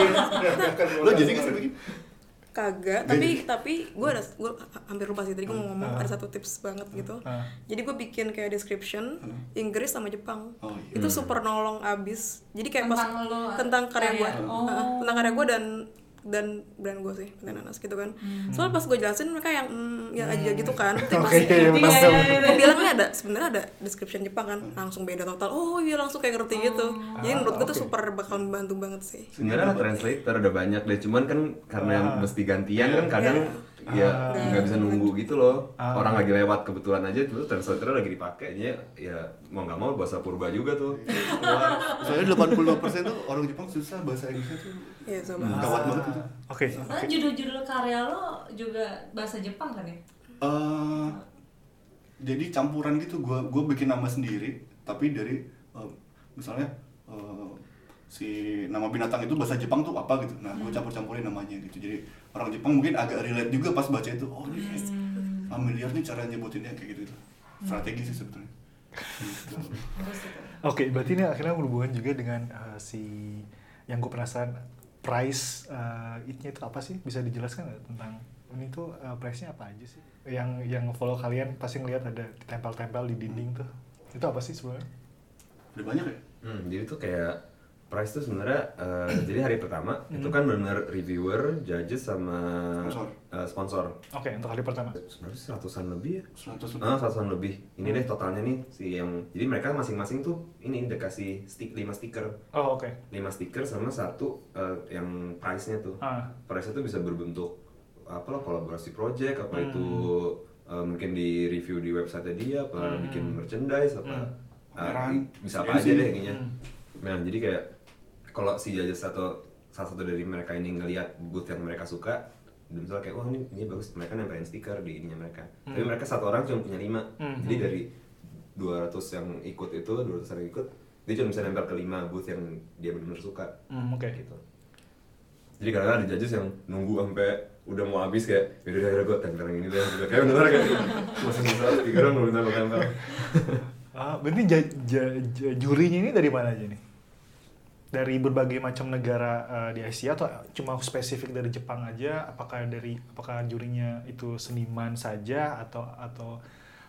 lo jadi nggak sih bikin? Kagak, tapi gue hampir lupa sih tadi gue mau ngomong ada satu tips banget gitu. Jadi gue bikin kayak description Inggris sama Jepang. Oh, iya. Itu super nolong abis. Jadi kayak Tentang karya gue, Oh. tentang karya gue dan brand gue sih, Nanas gitu kan. Soalnya pas gue jelasin mereka yang aja gitu kan. Tapi pas gue bilangnya sebenarnya ada description Jepang kan, langsung beda total. Oh iya langsung kayak ngerti gitu. Jadi menurut gue tuh super bakal membantu banget sih. sebenarnya translator udah banyak deh, cuman kan karena mesti gantian kan kadang ya nggak bisa nunggu gitu loh. Orang lagi lewat kebetulan aja tuh translator lagi dipakai, ya mau nggak mau bahasa purba juga tuh. Soalnya 85% tuh orang Jepang susah bahasa Inggrisnya tuh Iya sama. gawat banget itu. Oke. Karena judul-judul karya lo juga bahasa Jepang kan ya? Jadi campuran gitu, gue bikin nama sendiri, tapi dari misalnya si nama binatang itu bahasa Jepang tuh apa gitu. Nah, gue campur-campurin namanya gitu. Jadi orang Jepang mungkin agak relate juga pas baca itu. Oh, ini familiar nih cara nyebutinnya kayak gitu. Strategi sih sebetulnya. Gitu. Oke, berarti ini akhirnya berhubungan juga dengan si yang gue penasaran price it-nya itu apa sih? Bisa dijelaskan nggak tentang ini tuh price-nya apa aja sih? Yang follow kalian pasti ngeliat ada tempel-tempel di dinding tuh. Itu apa sih sebenarnya? Udah banyak ya? Jadi tuh kayak price tuh sebenarnya jadi hari pertama itu kan benar reviewer, judges sama sponsor. Oke, untuk hari pertama. Sebenarnya sih ratusan lebih ya. 100 lebih. Ini deh totalnya nih si yang. Jadi mereka masing-masing tuh ini udah kasih 5 stiker. Oh, oke. 5 stiker sama satu yang price-nya tuh. Price-nya tuh bisa berbentuk apalah kolaborasi project apa itu mungkin di review di website dia apa bikin merchandise apa bisa apa aja deh ininya. Nah, jadi kayak kalau si judges salah satu dari mereka ini ngelihat booth yang mereka suka, dan misalnya kayak wah ini bagus, mereka nempelin stiker di ininya mereka. Tapi mereka satu orang cuma punya 5. Jadi dari 200 yang ikut itu, 200 yang ikut, dia cuma bisa nempel ke 5 booth yang dia benar-benar suka. Oke. Gitu. Jadi kadang-kadang ada judges yang nunggu sampai udah mau habis kayak yaudah gue tempel yang ini deh. Kayak bener kayak masih bisa stiker nunggu tempel. Berarti jurinya ini dari mana aja nih? Dari berbagai macam negara di Asia atau cuma spesifik dari Jepang aja? Apakah jurinya itu seniman saja atau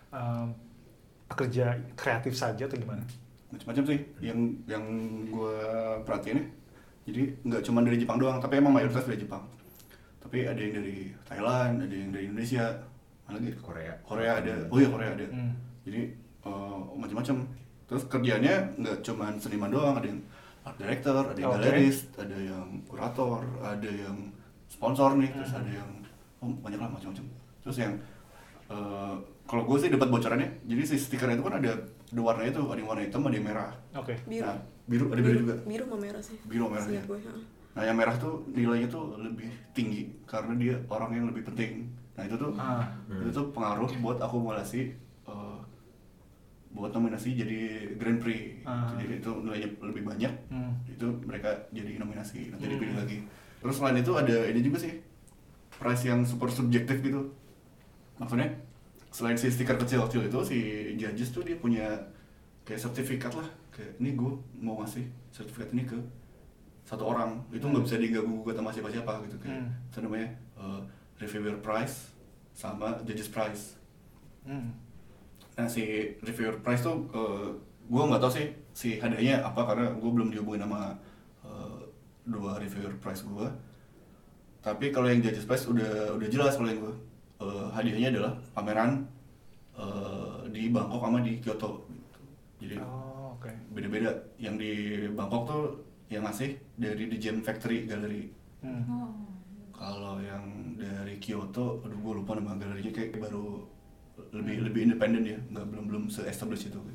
pekerja kreatif saja atau gimana? Macam-macam sih yang gue perhatiin ya. Jadi nggak cuma dari Jepang doang, tapi emang mayoritas dari Jepang. Tapi ada yang dari Thailand, ada yang dari Indonesia, mana lagi? Korea ada. Oh iya Korea ada. Jadi macam-macam. Terus kerjanya nggak cuma seniman doang, ada yang art director, ada yang galerist, ada yang kurator, ada yang sponsor nih, terus ada yang banyak lah macam-macam. Terus yang kalau gue sih dapat bocorannya, jadi si stikernya itu kan ada warnanya tuh, ada yang warna hitam, ada yang merah. Oke. Biru. Nah, biru ada biru juga. Biru sama merah sih. Biru sama merah, Seingat ya. gue. Nah yang merah tuh nilainya tuh lebih tinggi karena dia orang yang lebih penting. Nah itu tuh pengaruh buat akumulasi buat nominasi jadi Grand Prix. Jadi itu nilainya lebih banyak, itu mereka jadi nominasi, nanti dipilih lagi. Terus selain itu ada ini juga sih, prize yang super subjektif gitu. Maksudnya selain si stiker kecil-kecil itu, si judges tuh dia punya kayak sertifikat lah, kayak ini gue mau ngasih sertifikat ini ke satu orang, itu nggak bisa diganggu-gugat sama siapa-siapa gitu, kayak itu namanya reviewer prize sama judges prize. Nah si reviewer prize tuh gue nggak tahu sih si hadiahnya apa karena gue belum dihubungin sama dua reviewer prize gue. Tapi kalau yang judges prize udah jelas kalau yang gue hadiahnya adalah pameran di Bangkok sama di Kyoto gitu. Jadi beda-beda. Yang di Bangkok tuh yang ngasih dari The Gem Factory Gallery. Kalau yang dari Kyoto, aduh gue lupa nama galerinya, kayak baru lebih independen ya, belum se-establish itu.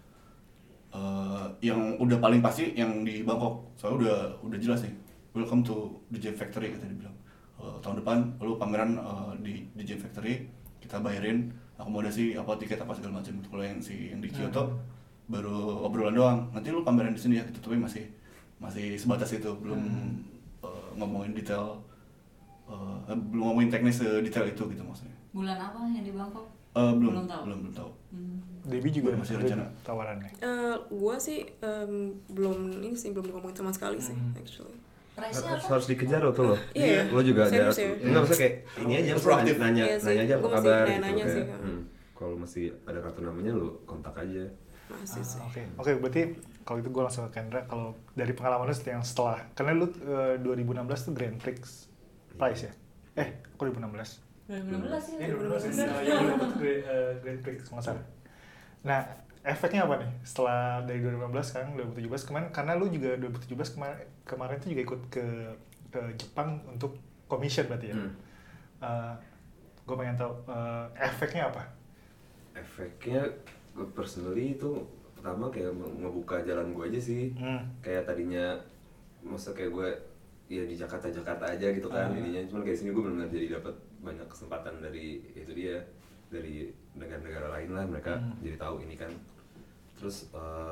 Yang udah paling pasti yang di Bangkok, soalnya udah jelas nih, welcome to The Gem Factory kata dia bilang. Tahun depan lu pameran di The Gem Factory, kita bayarin akomodasi apa tiket apa segala macam. Kalau yang di Kyoto baru obrolan doang, nanti lu pameran di sini ya gitu, tapi masih sebatas itu, belum ngomongin detail, belum ngomongin teknis sedetail itu gitu maksudnya. Bulan apa yang di Bangkok? Belum tahu. Debbie juga masih rencana tawarannya. Gue sih belum ngomongin sama sekali sih actually. Price-nya apa? Harus dikejar lo. Iya. Lo juga ada. Serius ya? Enggak usah kayak ini aja, Proaktif. nanya Iya sih, aja apa gua masih kabar gitu. nanya sih, Kayak, kalau masih ada kartu namanya lo kontak aja. Masih sih. Oke, berarti kalau itu gue langsung ke Kendra. Kalau dari pengalaman lu yang setelah, karena lu 2016 tuh Grand Prix Prize ya? Kok 2016? 2016 ya. 2016 ya, lu dapet Grand Prix masa. Nah, efeknya apa nih setelah dari 2015 sekarang 2017 kemarin, karena lu juga 2017 kemarin tuh juga ikut ke Jepang untuk commission berarti ya. Gue pengen tahu efeknya apa? Efeknya gue personally itu pertama kayak ngebuka jalan gue aja sih. Kayak tadinya masa kayak gue ya di Jakarta aja gitu kan jadinya, cuman kayak sini gue benar-benar jadi dapat banyak kesempatan dari itu dia, dari negara-negara lain lah, mereka jadi tahu ini kan. Terus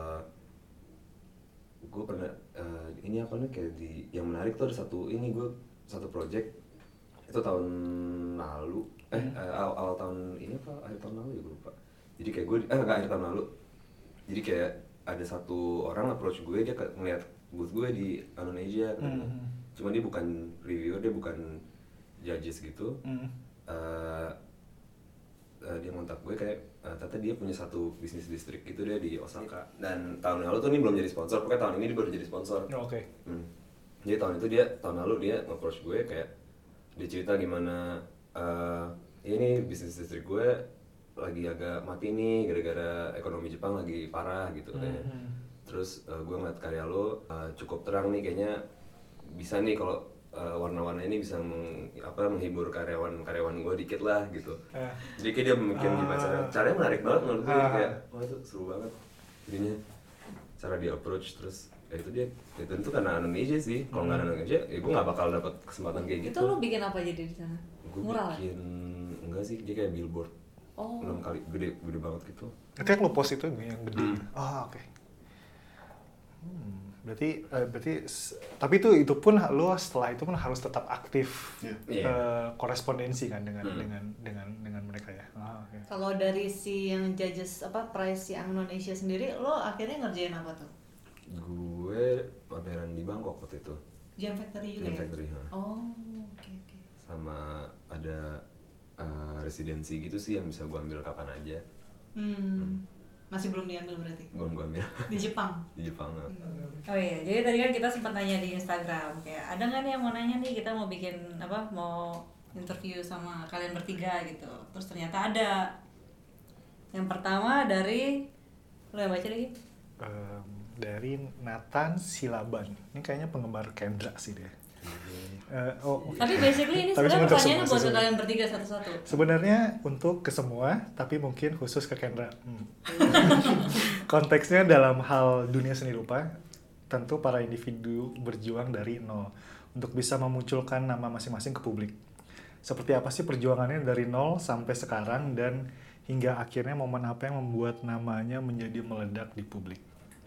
gue pernah ini apa nih kayak yang menarik tuh ada satu project itu tahun lalu awal tahun ini apa akhir tahun lalu ya gue lupa. Jadi kayak gue nggak akhir tahun lalu, jadi kayak ada satu orang approach gue, dia ngeliat booth gue di Indonesia kan. Cuma dia bukan reviewer, dia bukan judges gitu. Dia ngontak gue kayak ternyata dia punya satu bisnis distrik gitu dia di Osaka, dan tahun lalu tuh ini belum jadi sponsor, pokoknya tahun ini dia baru jadi sponsor. Jadi tahun lalu dia nge-approach gue kayak dia cerita gimana ini bisnis distrik gue lagi agak mati nih gara-gara ekonomi Jepang lagi parah gitu katanya. Terus gue ngeliat karya lo cukup terang nih, kayaknya bisa nih kalau warna-warna ini bisa menghibur karyawan gue dikit lah gitu. Jadi kayak dia bikin gimana caranya menarik banget menurut gue, kayak wah itu seru banget jadinya cara dia approach. Terus ya itu dia ya tentu karena Indonesia sih, kalau nggak Indonesia ya gue nggak bakal dapet kesempatan kayak gitu. Itu lo bikin apa jadi di sana? Gue Mural? bikin enggak sih, dia kayak billboard 6 kali gede banget gitu. Itu yang lu post itu yang gede. Oke. Berarti tapi itu pun lo setelah itu pun harus tetap aktif korespondensi kan dengan mereka ya. Okay. Kalau dari si yang judges prize yang Indonesia sendiri, lo akhirnya ngerjain apa tuh? Gue pameran di Bangkok waktu itu. Gem Factory juga Gem ya? Factory, Oke. Sama ada residensi gitu sih yang bisa gue ambil kapan aja. Masih belum diambil berarti? Belum gue ambil. Di Jepang? Di Jepang. Oh iya, jadi tadi kan kita sempat nanya di Instagram, kayak ada nggak nih yang mau nanya nih, kita mau bikin mau interview sama kalian bertiga gitu. Terus ternyata ada. Yang pertama dari, lo yang baca lagi? Dari Nathan Silaban. Ini kayaknya penggemar Kendra sih dia. Tapi basically ini Tapi sebenarnya untuk pertanyaannya semua buat sih, kalian bertiga satu-satu. Sebenarnya untuk ke semua, tapi mungkin khusus ke Kendra. Konteksnya dalam hal dunia seni rupa, tentu para individu berjuang dari nol untuk bisa memunculkan nama masing-masing ke publik. Seperti apa sih perjuangannya dari nol sampai sekarang dan hingga akhirnya momen apa yang membuat namanya menjadi meledak di publik?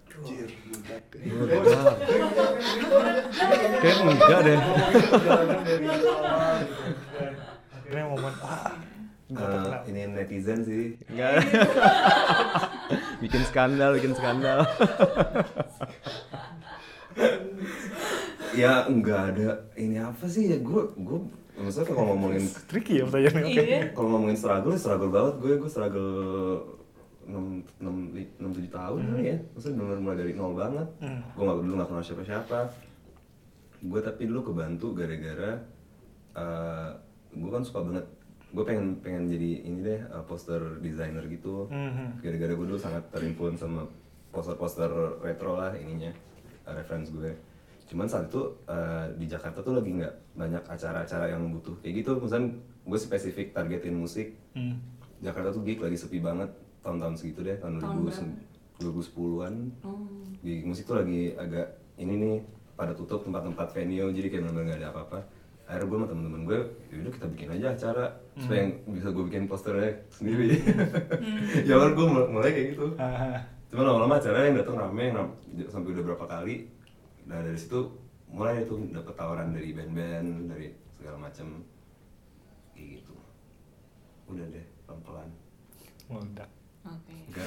Kayak enggak deh. Akhirnya momen Ini netizen sih. Enggak. bikin skandal. Ya enggak ada ini apa sih ya gue maksudnya kalau ngomongin tricky ya pertanyaannya. Oke. Iya. kalau ngomongin struggle banget gue struggle 6-7 tahun kali ya, maksudnya benar mulai dari nol banget. Gue dulu nggak kenal siapa-siapa. Gue tapi dulu kebantu gara-gara gue kan suka banget, gue pengen jadi ini deh poster designer gitu. Gara-gara gue dulu sangat terinfluence sama poster-poster retro lah ininya, reference gue. Cuman saat itu di Jakarta tuh lagi nggak banyak acara-acara yang butuh kayak gitu. Misalnya gue spesifik targetin musik. Jakarta tuh gig lagi sepi banget tahun-tahun segitu deh, tahun 2010-an. Gig musik tuh lagi agak ini nih, pada tutup tempat-tempat venue, jadi kayak bener-bener gak ada apa-apa. Akhirnya gue sama temen-temen gue, yaudah kita bikin aja acara supaya bisa gue bikin posternya sendiri. Ya awal gue mulai kayak gitu. Cuman lama-lama acaranya yang datang rame, sampai udah berapa kali. Nah dari situ mulai tuh dapet tawaran dari band-band, dari segala macem kayak gitu. Udah deh, pelan-pelan. Meledak. Oke. Enggak.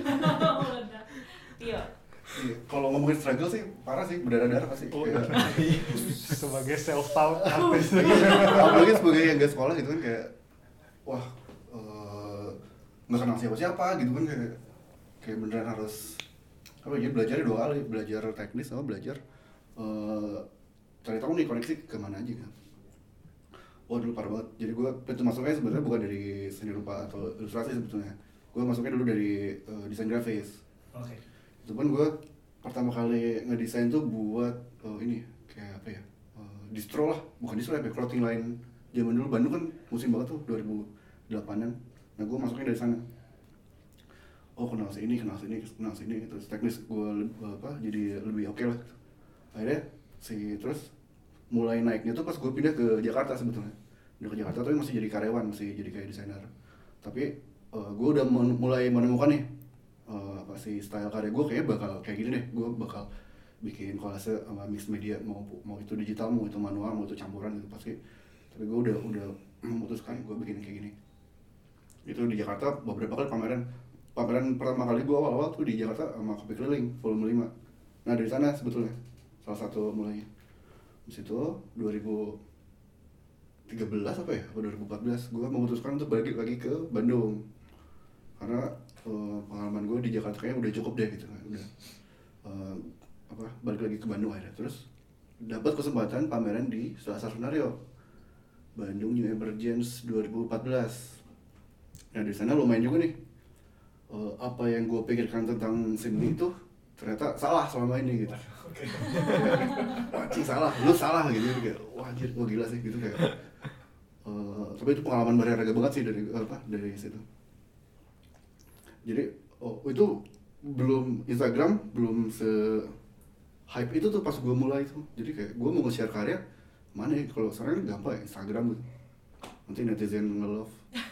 Iya. Kalau ngomongin struggle sih parah sih, berdarah-darah pasti. Sebagai self-taught artis. Apalagi sebagai yang gak sekolah gitu kan, kayak wah nggak kenal siapa-siapa gitu kan, kayak beneran harus apa ya, belajarnya 2 kali, belajar teknis sama belajar cari tahu nih koneksi kemana aja kan. Wah dulu parah banget. Jadi gue pintu masuknya sebenarnya bukan dari seni rupa atau ilustrasi sebetulnya. Gue masuknya dulu dari desain grafis. Oke. Itu pun gue pertama kali ngedesain tuh buat ini kayak apa ya, distro lah, bukan distro ya, clothing line zaman dulu. Bandung kan musim banget tuh 2008an. Nah gue masuknya dari sana. Oh kenal sini, terus teknis gue jadi lebih oke lah. Akhirnya terus mulai naiknya tuh pas gue pindah ke Jakarta sebetulnya. Pindah ke Jakarta tuh masih jadi karyawan, masih jadi kayak desainer. Tapi gue udah mulai menemukan nih si style karya gue kayaknya bakal kayak gini deh. Gue bakal bikin kolase sama mix media, mau itu digital, mau itu manual, mau itu campuran gitu pasti. Tapi gue udah memutuskan gue bikin kayak gini. Itu di Jakarta beberapa kali pameran pertama kali gue awal-awal tuh di Jakarta sama Kopi Keliling volume 5. Nah dari sana sebetulnya salah satu mulainya. Di situ 2013 apa ya, atau 2014 gue memutuskan untuk balik lagi ke Bandung karena pengalaman gue di Jakarta kayaknya udah cukup deh gitu, udah balik lagi ke Bandung akhirnya. Terus dapat kesempatan pameran di Selasar Senario Bandung New Emergence 2014. Nah di sana lumayan juga nih, apa yang gue pikirkan tentang seni itu ternyata salah selama ini gitu. Wajib salah, lu salah gitu kayak wah anjir, gue gila sih gitu kayak. Tapi itu pengalaman berharga banget sih dari situ. Jadi itu belum Instagram belum hype itu tuh pas gue mulai itu. Jadi kayak gue mau nge-share karya mana ya, kalau sekarang kan gampang ya Instagram gitu. Nanti netizen nge-love,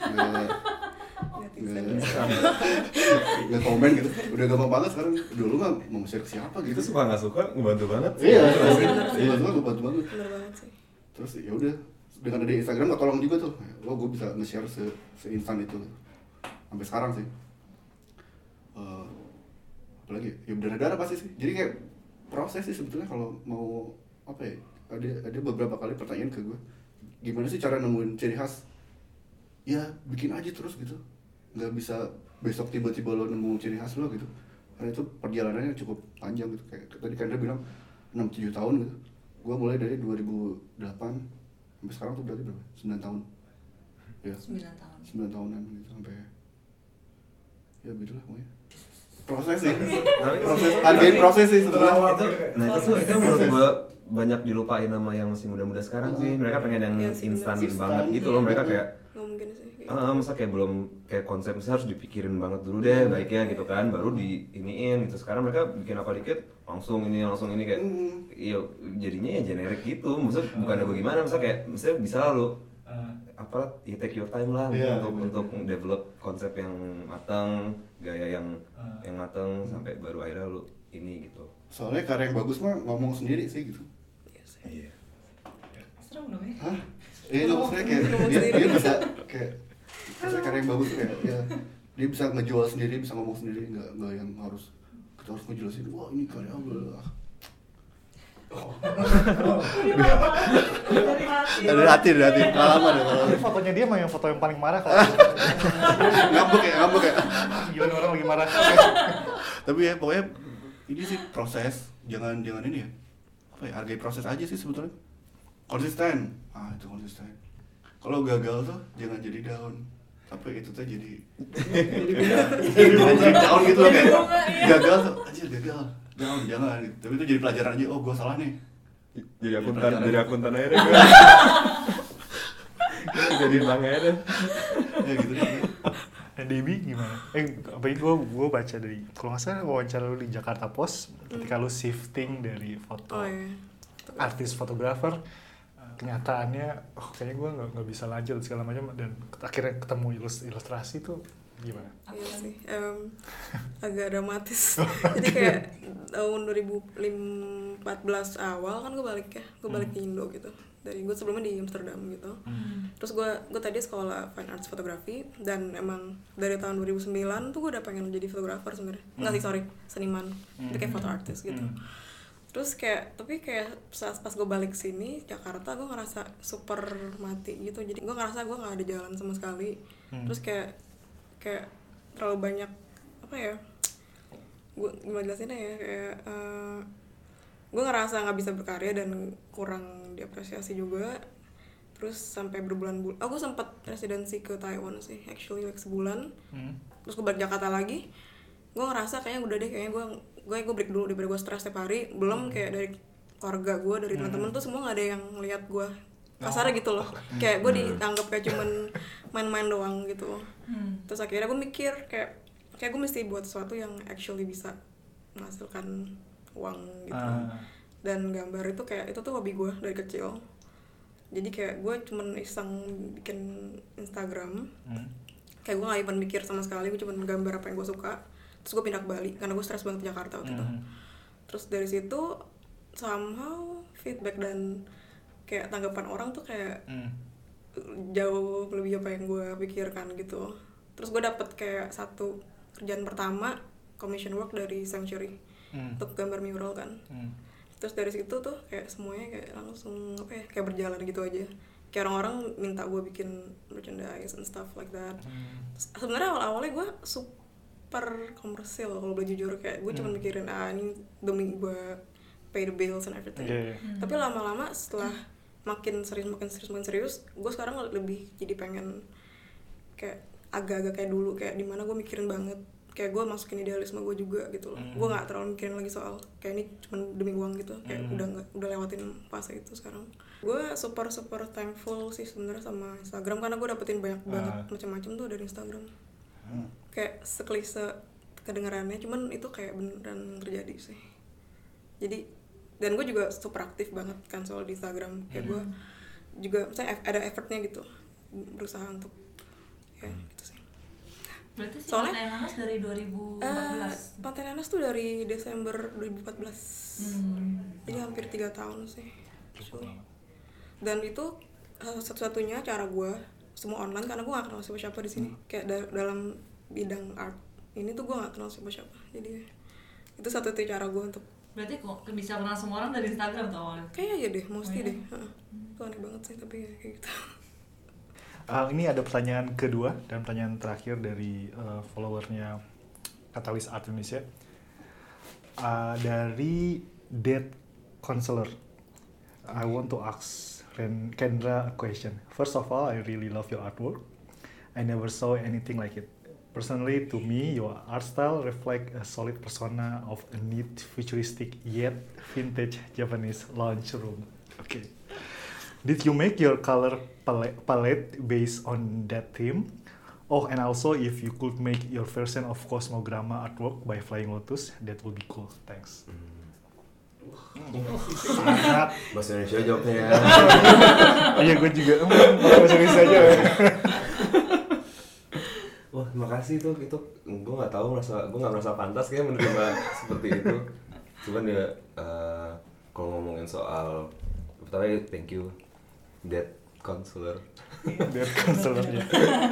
nggak komen gitu, udah gampang banget sekarang. Dulu mah mau share ke siapa gitu, Itu suka nggak suka ngebantu banget. Iya, Bener ngebantu banget. banget sih. Terus ya udah dengan ada Instagram nggak tolong juga tuh, gue bisa nge-share seinstan itu sampai sekarang sih. Apalagi ya berdarah pasti sih. Jadi kayak proses sih sebetulnya kalau mau apa ya, ada beberapa kali pertanyaan ke gue, gimana sih cara nemuin ciri khas? Ya bikin aja terus gitu, nggak bisa besok tiba-tiba lo nemu ciri khas lo gitu, karena itu perjalanannya cukup panjang gitu. Kayak tadi Kendra bilang 6-7 tahun gitu, gue mulai dari 2008 sampai sekarang tuh berarti berapa? 9 tahun ya, 9 tahunan gitu, sampai ya begitulah pokoknya proses sih. Proses, hargain proses sih sebenarnya. Nah itu menurut gue banyak dilupain sama yang masih muda-muda sekarang sih. Mereka pengen yang Iya sih, instan bener. banget gitu loh. Mereka kayak nggak mungkin sih masa kayak belum kayak konsepnya harus dipikirin banget dulu deh baiknya gitu kan, baru di iniin gitu. Sekarang mereka bikin apa dikit langsung ini kayak iya jadinya ya generik gitu. Maksudnya bukannya bagaimana, maksudnya bisa lo apa ya take your time lah untuk develop konsep yang matang, gaya yang matang sampai baru akhirnya lo ini gitu. Soalnya karya yang bagus mah ngomong sendiri sih gitu. Iya. Serem dong ya. Hah? Iya itu maksudnya kayak dia bisa kayak maksudnya karya yang bagus kayak ya dia bisa ngejual sendiri, bisa ngomong sendiri, nggak yang harus kita harus ngejelasin wah ini karya Allah. Dari hati pengalaman ya. Tapi fotonya dia mah yang foto yang paling marah kalau ngambek ya. gimana orang lagi marah. Tapi ya pokoknya ini sih proses, jangan ini ya. Apa ya, hargai proses aja sih sebetulnya. Konsisten. Itu konsisten. Kalau gagal tuh jangan jadi down. Tapi itu tuh jadi down gitu loh kayak. Gagal tuh anjir gagal. Jangan. Tapi itu jadi pelajaran aja. Oh, gue salah nih. Jadi akuntan aja deh gue. Jadi bang aja deh. Ya gitu deh. Debbie gimana? Apalagi gue baca dari kalau nggak salah wawancara lu di Jakarta Post ketika lu shifting dari foto artis fotografer, kenyataannya kayaknya gue nggak bisa lanjut segala macam dan akhirnya ketemu ilustrasi tuh gimana? Iya sih, agak dramatis. Jadi kayak tahun 2014 awal kan gue balik ke Indo gitu. Dari gue sebelumnya di Amsterdam gitu. Terus gue tadi sekolah fine arts fotografi dan emang dari tahun 2009 tuh gue udah pengen jadi fotografer sebenarnya. Enggak sih, seniman. Jadi kayak foto artis gitu. Terus tapi saat pas gue balik sini Jakarta gue ngerasa super mati gitu. Jadi gue ngerasa gue nggak ada jalan sama sekali. Terus kayak terlalu banyak apa ya? Gue gimana jelasinnya ya kayak gue ngerasa nggak bisa berkarya dan kurang diapresiasi juga. Terus sampai berbulan-bulan aku sempat residensi ke Taiwan sih actually like sebulan. Terus gue balik Jakarta lagi gue ngerasa kayaknya udah deh kayaknya gue break dulu daripada gue stres setiap hari. Belum kayak dari keluarga gue dari teman-teman tuh semua nggak ada yang ngeliat gue kasarnya gitu loh. Kayak gue dianggap kayak cuman main-main doang gitu. Terus akhirnya gue mikir kayak gue mesti buat sesuatu yang actually bisa menghasilkan uang gitu. Dan gambar itu kayak itu tuh hobi gue dari kecil. Jadi kayak gue cuman iseng bikin Instagram. Kayak gue gak even mikir sama sekali, gue cuman gambar apa yang gue suka. Terus gue pindah ke Bali karena gue stres banget di Jakarta waktu itu. Terus dari situ somehow feedback dan kayak tanggapan orang tuh kayak jauh lebih apa yang gue pikirkan gitu. Terus gue dapet kayak satu kerjaan pertama commission work dari Sanctuary untuk gambar mural kan. Terus dari situ tuh kayak semuanya kayak langsung apa ya kayak berjalan gitu aja. Kayak orang-orang minta gue bikin merchandise and stuff like that. Sebenarnya awal-awalnya gue super komersil kalau boleh jujur, kayak gue cuma mikirin ini demi gue pay the bills and everything. Tapi lama-lama setelah makin serius, gue sekarang lebih jadi pengen kayak agak-agak kayak dulu, kayak dimana gue mikirin banget, kayak gue masukin idealisme gue juga gitu loh. Gue nggak terlalu mikirin lagi soal kayak ini cuma demi uang gitu, kayak udah lewatin fase itu sekarang. Gue super thankful sih sebenarnya sama Instagram karena gue dapetin banyak banget macam-macam tuh dari Instagram. Kayak sekelise kedengarannya, cuman itu kayak beneran terjadi sih. Jadi dan gue juga super aktif banget kan soal di Instagram, kayak gue juga misalnya ada effortnya gitu, berusaha untuk ya gitu sih. Berarti sih soalnya Pantai Nanas dari 2014. Pantai Nanas tuh dari Desember 2014. Jadi hampir 3 tahun sih. Dan itu satu-satunya cara gue semua online karena gue gak kenal siapa-siapa di sini. Kayak dalam bidang art ini tuh gue gak kenal siapa-siapa. Jadi itu satu-satunya cara gue untuk. Berarti kok bisa kenal semua orang dari Instagram tuh awalnya? Kayaknya ya deh, mesti deh. Itu aneh banget sih tapi ya kayak gitu. Ini ada pertanyaan kedua dan pertanyaan terakhir dari followernya Catalyst Art Indonesia. Dari Dead Counselor. I want to ask Kendra a question. First of all, I really love your artwork. I never saw anything like it. Personally, to me, your art style reflects a solid persona of a neat, futuristic yet vintage Japanese lounge room. Okay. Did you make your color palette based on that theme? Oh, and also if you could make your version of Cosmogramma artwork by Flying Lotus, that would be cool. Thanks. Sangat. Bahasa Indonesia jawabnya ya. Iya, gue juga bahasa Indonesia aja. Wah, terima kasih tuh. Itu gue nggak merasa pantas kayak menerima seperti itu. Cuman ya kalau ngomongin soal pertama thank you Dead Counselor. Dead Counselor ya.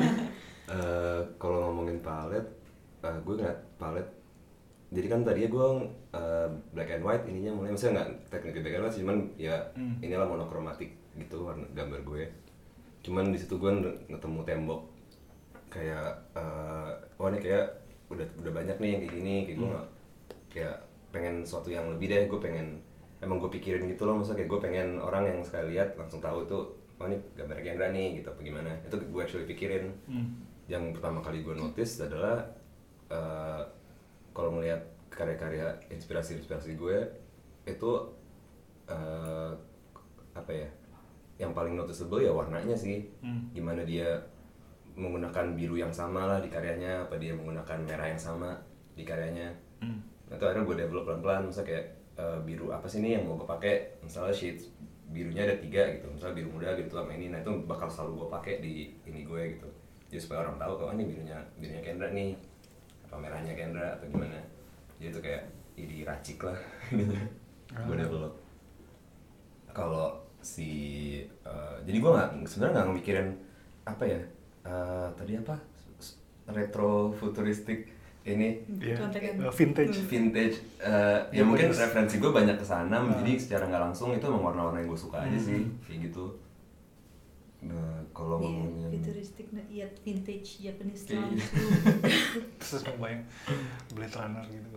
Kalau ngomongin palet, gue ngeliat palet. Jadi kan tadinya gue black and white ininya mulai, maksudnya nggak teknik black and white, cuman ya inilah monokromatik gitu warna gambar gue. Cuman di situ gue ketemu tembok kayak wah ini kayak udah banyak nih yang kayak gini, kayak gue nggak kayak pengen sesuatu yang lebih deh. Gue pengen emang gue pikirin gitu loh, maksudnya kayak gue pengen orang yang sekali lihat langsung tahu itu oh ini gambar Kendra nih gitu apa gimana. Itu gue actually pikirin. Yang pertama kali gue notice adalah kalau melihat karya-karya inspirasi gue itu apa ya, yang paling noticeable ya warnanya sih. Gimana dia menggunakan biru yang sama lah di karyanya, apa dia menggunakan merah yang sama di karyanya. Nah itu akhirnya gue develop pelan-pelan, misalnya kayak biru apa sih nih yang mau gue pakai, misalnya shades birunya ada 3 gitu, misalnya biru muda, biru tua sama ini. Nah itu bakal selalu gue pakai di ini gue gitu, jadi supaya orang tahu kalau ini birunya Kendra nih, apa merahnya Kendra atau gimana. Jadi itu kayak ide racik lah gitu. Gue develop. Kalau jadi gue sebenarnya nggak mikirin apa ya, tadi apa retro futuristik ini vintage ya mungkin referensi gue banyak kesana, jadi secara nggak langsung itu emang warna-warna yang gue suka aja sih kayak gitu. Nah kalau ngomongin futuristik yet vintage Japanese lounge terus kebayang Blade Runner gitu.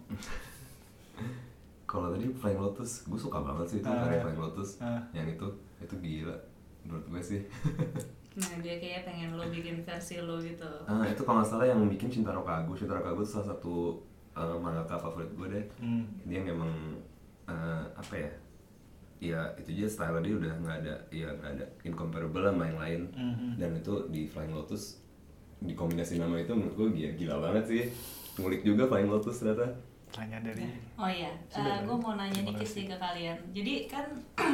Kalau tadi Flying Lotus, gue suka banget sih itu karya Flying Lotus. Yang itu gila menurut gue sih. Nah dia kayak pengen lo bikin versi lo gitu. Itu kalau nggak salah yang bikin Shintaro Kago itu salah satu mangaka favorit gue deh. Dia memang apa ya? Ya itu aja style dia udah nggak ada incomparable sama yang lain. Dan itu di Flying Lotus dikombinasi nama itu menurut gue gila banget sih. Ngulik juga Flying Lotus ternyata. Tanya dari. Oh iya, gue mau nanya dikit sih ke kalian. Jadi kan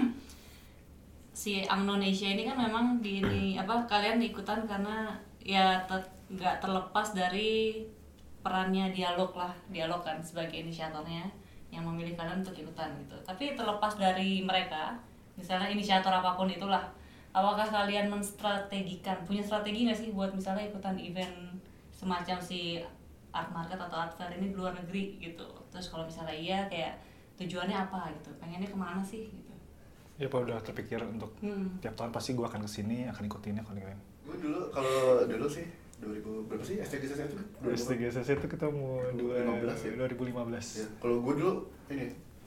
si Amnonesia ini kan memang kalian ikutan karena ya nggak terlepas dari perannya dialog kan sebagai inisiatornya yang memilih kalian untuk ikutan gitu. Tapi terlepas dari mereka, misalnya inisiator apapun itulah, apakah kalian punya strategi nggak sih buat misalnya ikutan event semacam si art market atau art fair ini di luar negeri gitu? Terus kalau misalnya iya, kayak tujuannya apa gitu, pengennya kemana sih gitu? Ya Pak udah terpikir untuk tiap tahun pasti gue akan kesini, akan ikutinnya kalau kalian. Gue kalau dulu sih 2000 berapa sih STGCC itu? STGCC itu ketemu 2015 ya. 2015. Ya, kalau gue dulu ini,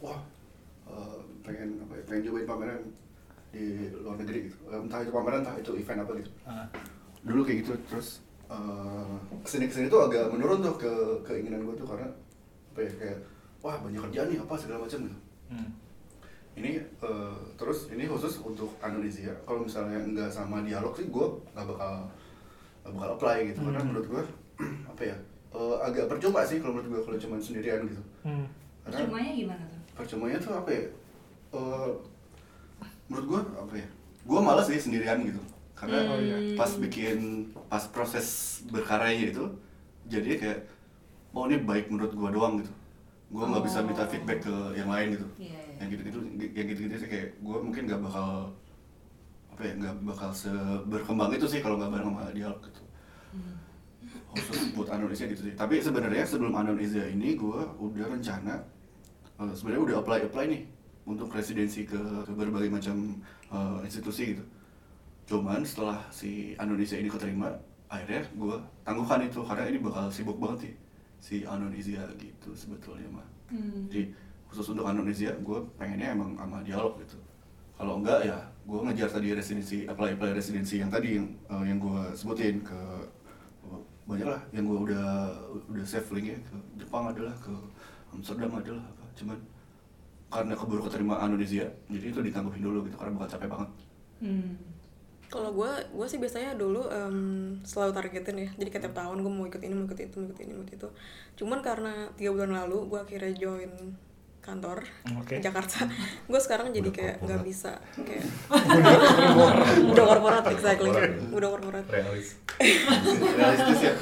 pengen cobain pameran di luar negeri gitu. Entah itu pameran, entah itu event apa gitu. Dulu kayak gitu, terus kesini tuh agak menurun tuh keinginan gue tuh karena apa ya, kayak wah banyak kerjaan nih apa segala macam gitu. Ini terus ini khusus untuk Indonesia. Kalau misalnya nggak sama dialog sih gue nggak bakal apply gitu karena menurut gue apa ya agak percuma sih kalau menurut gue kalau cuma sendirian gitu. Percumanya gimana tuh? Percumanya tuh apa ya? Menurut gue apa ya? Gue malas sih sendirian gitu. Karena pas proses berkaryanya itu jadi kayak ini baik menurut gue doang gitu. Gue nggak bisa minta feedback ke yang lain gitu. Yang gitu sih kayak gue mungkin nggak bakal berkembang itu sih kalau nggak bareng sama dialog gitu. Khusus buat Indonesia gitu sih. Tapi sebenarnya sebelum Indonesia ini gue udah rencana sebenarnya udah apply nih untuk residensi ke berbagai macam institusi gitu. Cuman setelah si Indonesia ini keterima, akhirnya gue tangguhkan itu karena ini bakal sibuk banget sih si Indonesia gitu sebetulnya mah. Jadi khusus untuk Indonesia gue pengennya emang sama dialog gitu. Kalau enggak ya gue ngejar tadi apply residensi yang tadi yang gue sebutin ke banyak lah yang gue udah save linknya, ke Jepang adalah, ke Amsterdam adalah apa, cuman karena keburu keterima Indonesia jadi itu ditangguhin dulu gitu karena bakal capek banget. Kalau gue sih biasanya dulu selalu targetin ya, jadi tiap tahun gue mau ikut ini, mau ikut itu, mau ikut ini, mau ikut itu. Cuman karena 3 bulan lalu gue akhirnya join kantor di Jakarta, gue sekarang jadi kayak nggak bisa kayak udah korporat, exactly, udah korporat. Realistis ya.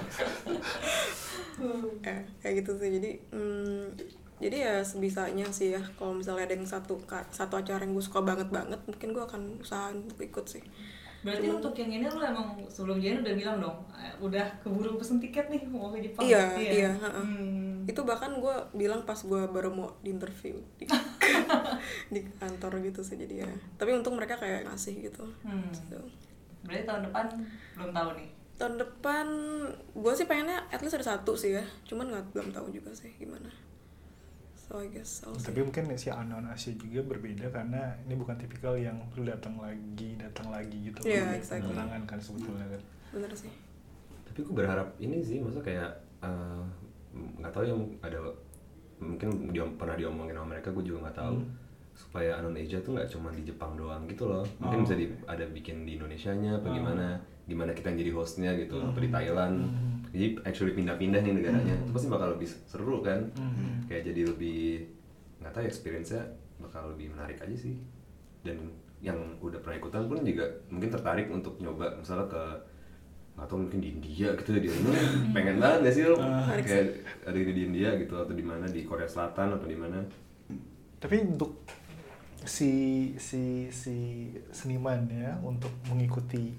Kayak gitu sih, jadi ya sebisanya sih ya, kalau misalnya ada yang satu acara yang gue suka banget mungkin gue akan usaha untuk ikut sih. Berarti untuk yang ini lu emang sebelum jadi udah bilang dong, udah keburu pesen tiket nih mau ke Jepang. Iya. Itu bahkan gue bilang pas gue baru mau di interview di kantor gitu sih, jadi ya. Tapi untung mereka kayak ngasih gitu. Berarti tahun depan belum tahu nih. Tahun depan gue sih pengennya at least ada 1 sih ya, cuman belum tahu juga sih gimana. So I guess tapi mungkin si Unknown Asia juga berbeda karena ini bukan tipikal yang lu datang lagi gitu. Iya, exactly. Menangan kan sebetulnya kan. Bener sih. Tapi gue berharap ini sih, maksudnya kayak nggak tahu ya, ada mungkin pernah diomongin sama mereka, gue juga nggak tahu, supaya Unknown Asia tuh nggak cuma di Jepang doang gitu loh, mungkin bisa ada bikin di Indonesianya apa gimana kita yang jadi hostnya gitu, atau di Thailand. Jadi actually pindah-pindah nih negaranya, itu pasti bakal lebih seru kan, kayak jadi lebih, nggak tahu, experience-nya bakal lebih menarik aja sih. Dan yang udah pernah ikutan pun juga mungkin tertarik untuk nyoba misalnya ke, nggak tahu, mungkin di India gitu, di mana pengen banget nggak sih lo kayak ada di India gitu, atau di mana, di Korea Selatan atau di mana. Tapi untuk si seniman ya untuk mengikuti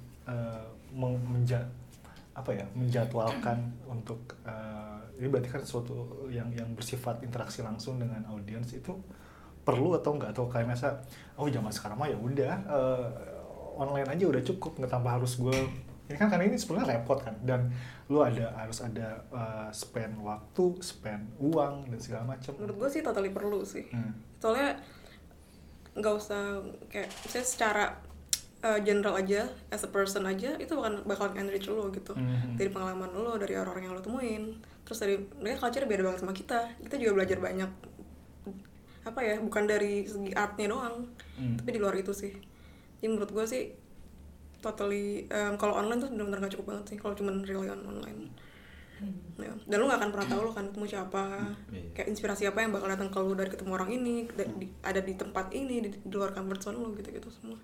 menjadwalkan untuk ini berarti kan sesuatu yang bersifat interaksi langsung dengan audiens, itu perlu atau enggak, atau kayak masa zaman sekarang mah ya udah online aja udah cukup, nggak tanpa harus gue ini kan, karena ini sebenarnya repot kan, dan lu harus ada spend waktu, spend uang dan segala macam. Menurut gue sih totally perlu sih. Soalnya nggak usah kayak misalnya secara general aja, as a person aja, itu bakal enrich lo gitu. Dari pengalaman lo, dari orang-orang yang lo temuin, terus dari mereka culture beda banget sama kita juga belajar banyak, apa ya, bukan dari segi artnya doang, tapi di luar itu sih. Jadi menurut gue sih totally, kalau online tuh benar-benar nggak cukup banget sih kalau cuma rely on online. Ya. Dan lo nggak akan pernah tahu lo kan ketemu siapa, kayak inspirasi apa yang bakal datang ke lo dari ketemu orang ini, ada di tempat ini, di luar comfort zone lo, gitu-gitu semua.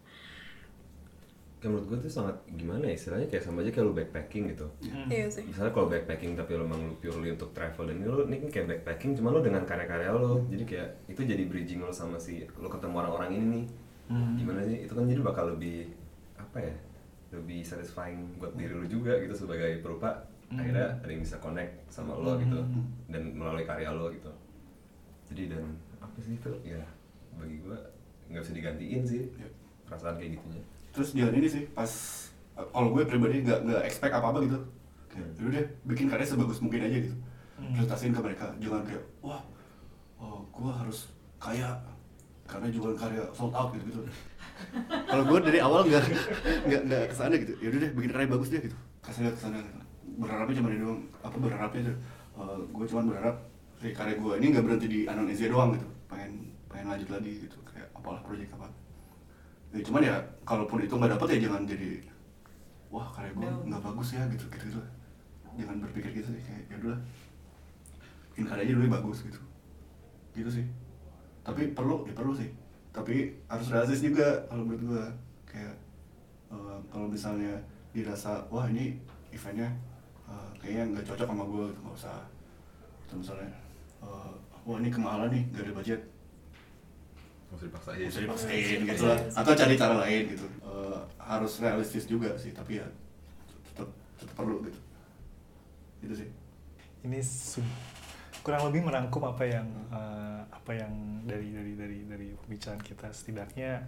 Kayak menurut gue tuh sangat gimana ya, istilahnya kayak sama aja kayak lo backpacking gitu. Iya sih. Misalnya kalau backpacking tapi lo emang purely untuk travel, dan ini kan kayak backpacking cuma lo dengan karya-karya lo, jadi kayak itu jadi bridging lo sama lo ketemu orang-orang ini nih. Gimana sih, itu kan jadi bakal lebih apa ya, lebih satisfying buat diri lo juga gitu sebagai perupa. Akhirnya ada yang bisa connect sama lo gitu, dan melalui karya lo gitu. Jadi dan apa sih itu ya, bagi gue nggak bisa digantiin sih perasaan kayak gitunya. Terus jalan ini sih pas, kalau gue pribadi nggak expect apa-apa gitu, kayak yaudah deh bikin karya sebagus mungkin aja gitu, presentasiin ke mereka, jangan kayak gue harus kaya karena jualan karya sold out gitu. Kalau gue dari awal nggak kesana gitu, yaudah deh bikin karya bagus deh gitu, kasih lihat kesana gitu. Berharapnya cuma ini doang, gue cuma berharap si karya gue ini nggak berhenti di Unknown Asia doang gitu, pengen lanjut lagi gitu, kayak apalah project apa. Ya, cuman ya kalaupun itu nggak dapat ya jangan jadi wah karya gue nggak bagus ya gitu, jangan berpikir gitu sih, kayak ya udah bikin karya aja dulu yang bagus gitu sih. Tapi perlu sih, tapi harus realistis juga kalau menurut gue, kayak kalau misalnya dirasa wah ini eventnya kayaknya nggak cocok sama gue gitu, nggak usah. Atau misalnya wah ini kemahalan nih, nggak ada budget, Nggak usah dipaksain gitu lah, atau cari cara lain gitu. Harus realistis juga sih, tapi ya tetap perlu gitu sih. Ini kurang lebih merangkum apa yang dari pembicaraan kita, setidaknya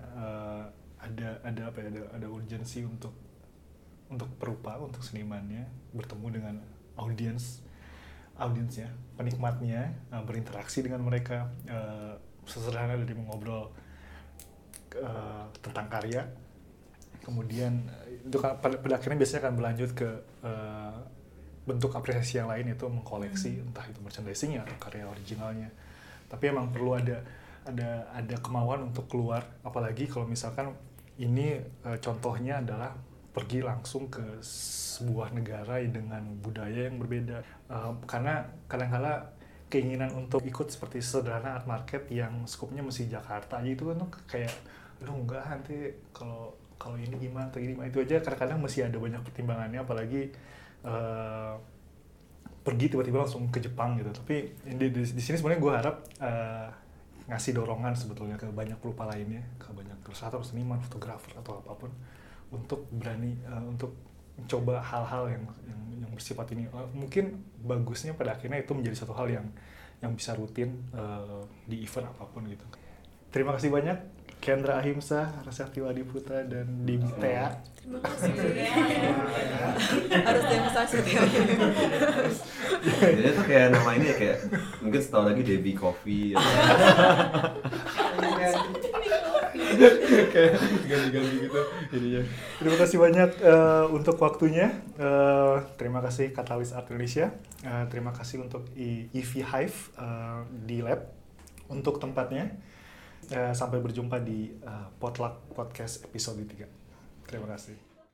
ada urgensi untuk perupa, untuk senimannya bertemu dengan audiensnya, penikmatnya, berinteraksi dengan mereka, sesederhana dari mengobrol tentang karya, kemudian itu kan pada akhirnya biasanya akan berlanjut ke bentuk apresiasi yang lain itu mengkoleksi entah itu merchandising-nya atau karya originalnya. Tapi emang perlu ada kemauan untuk keluar, apalagi kalau misalkan ini contohnya adalah pergi langsung ke sebuah negara dengan budaya yang berbeda. Karena kadang-kala keinginan untuk ikut seperti sederhana art market yang skupnya mesti Jakarta aja itu kan kayak lu enggak nanti kalau ini gimana itu aja kadang-kadang masih ada banyak pertimbangannya, apalagi pergi tiba-tiba langsung ke Jepang gitu. Tapi di sini sebenarnya gue harap ngasih dorongan sebetulnya ke banyak pelupa lainnya, ke banyak ilustrator, seniman, fotografer atau apapun untuk berani untuk mencoba hal-hal yang bersifat ini. Mungkin bagusnya pada akhirnya itu menjadi satu hal yang bisa rutin di event apapun gitu. Terima kasih banyak Kendra Ahimsa, Rasakti Wadiputra, dan Dimi Tea. Terima kasih. Harus demonstrasi Tea. Jadi tuh kayak nama ini ya kayak mungkin setahun lagi Debbie Coffee. Kayak ganti-ganti gitu jadinya. Terima kasih banyak untuk waktunya. Terima kasih Catalyst Art Indonesia. Terima kasih untuk EV Hive di lab untuk tempatnya. Sampai berjumpa di Potluck Podcast episode 3. Terima kasih.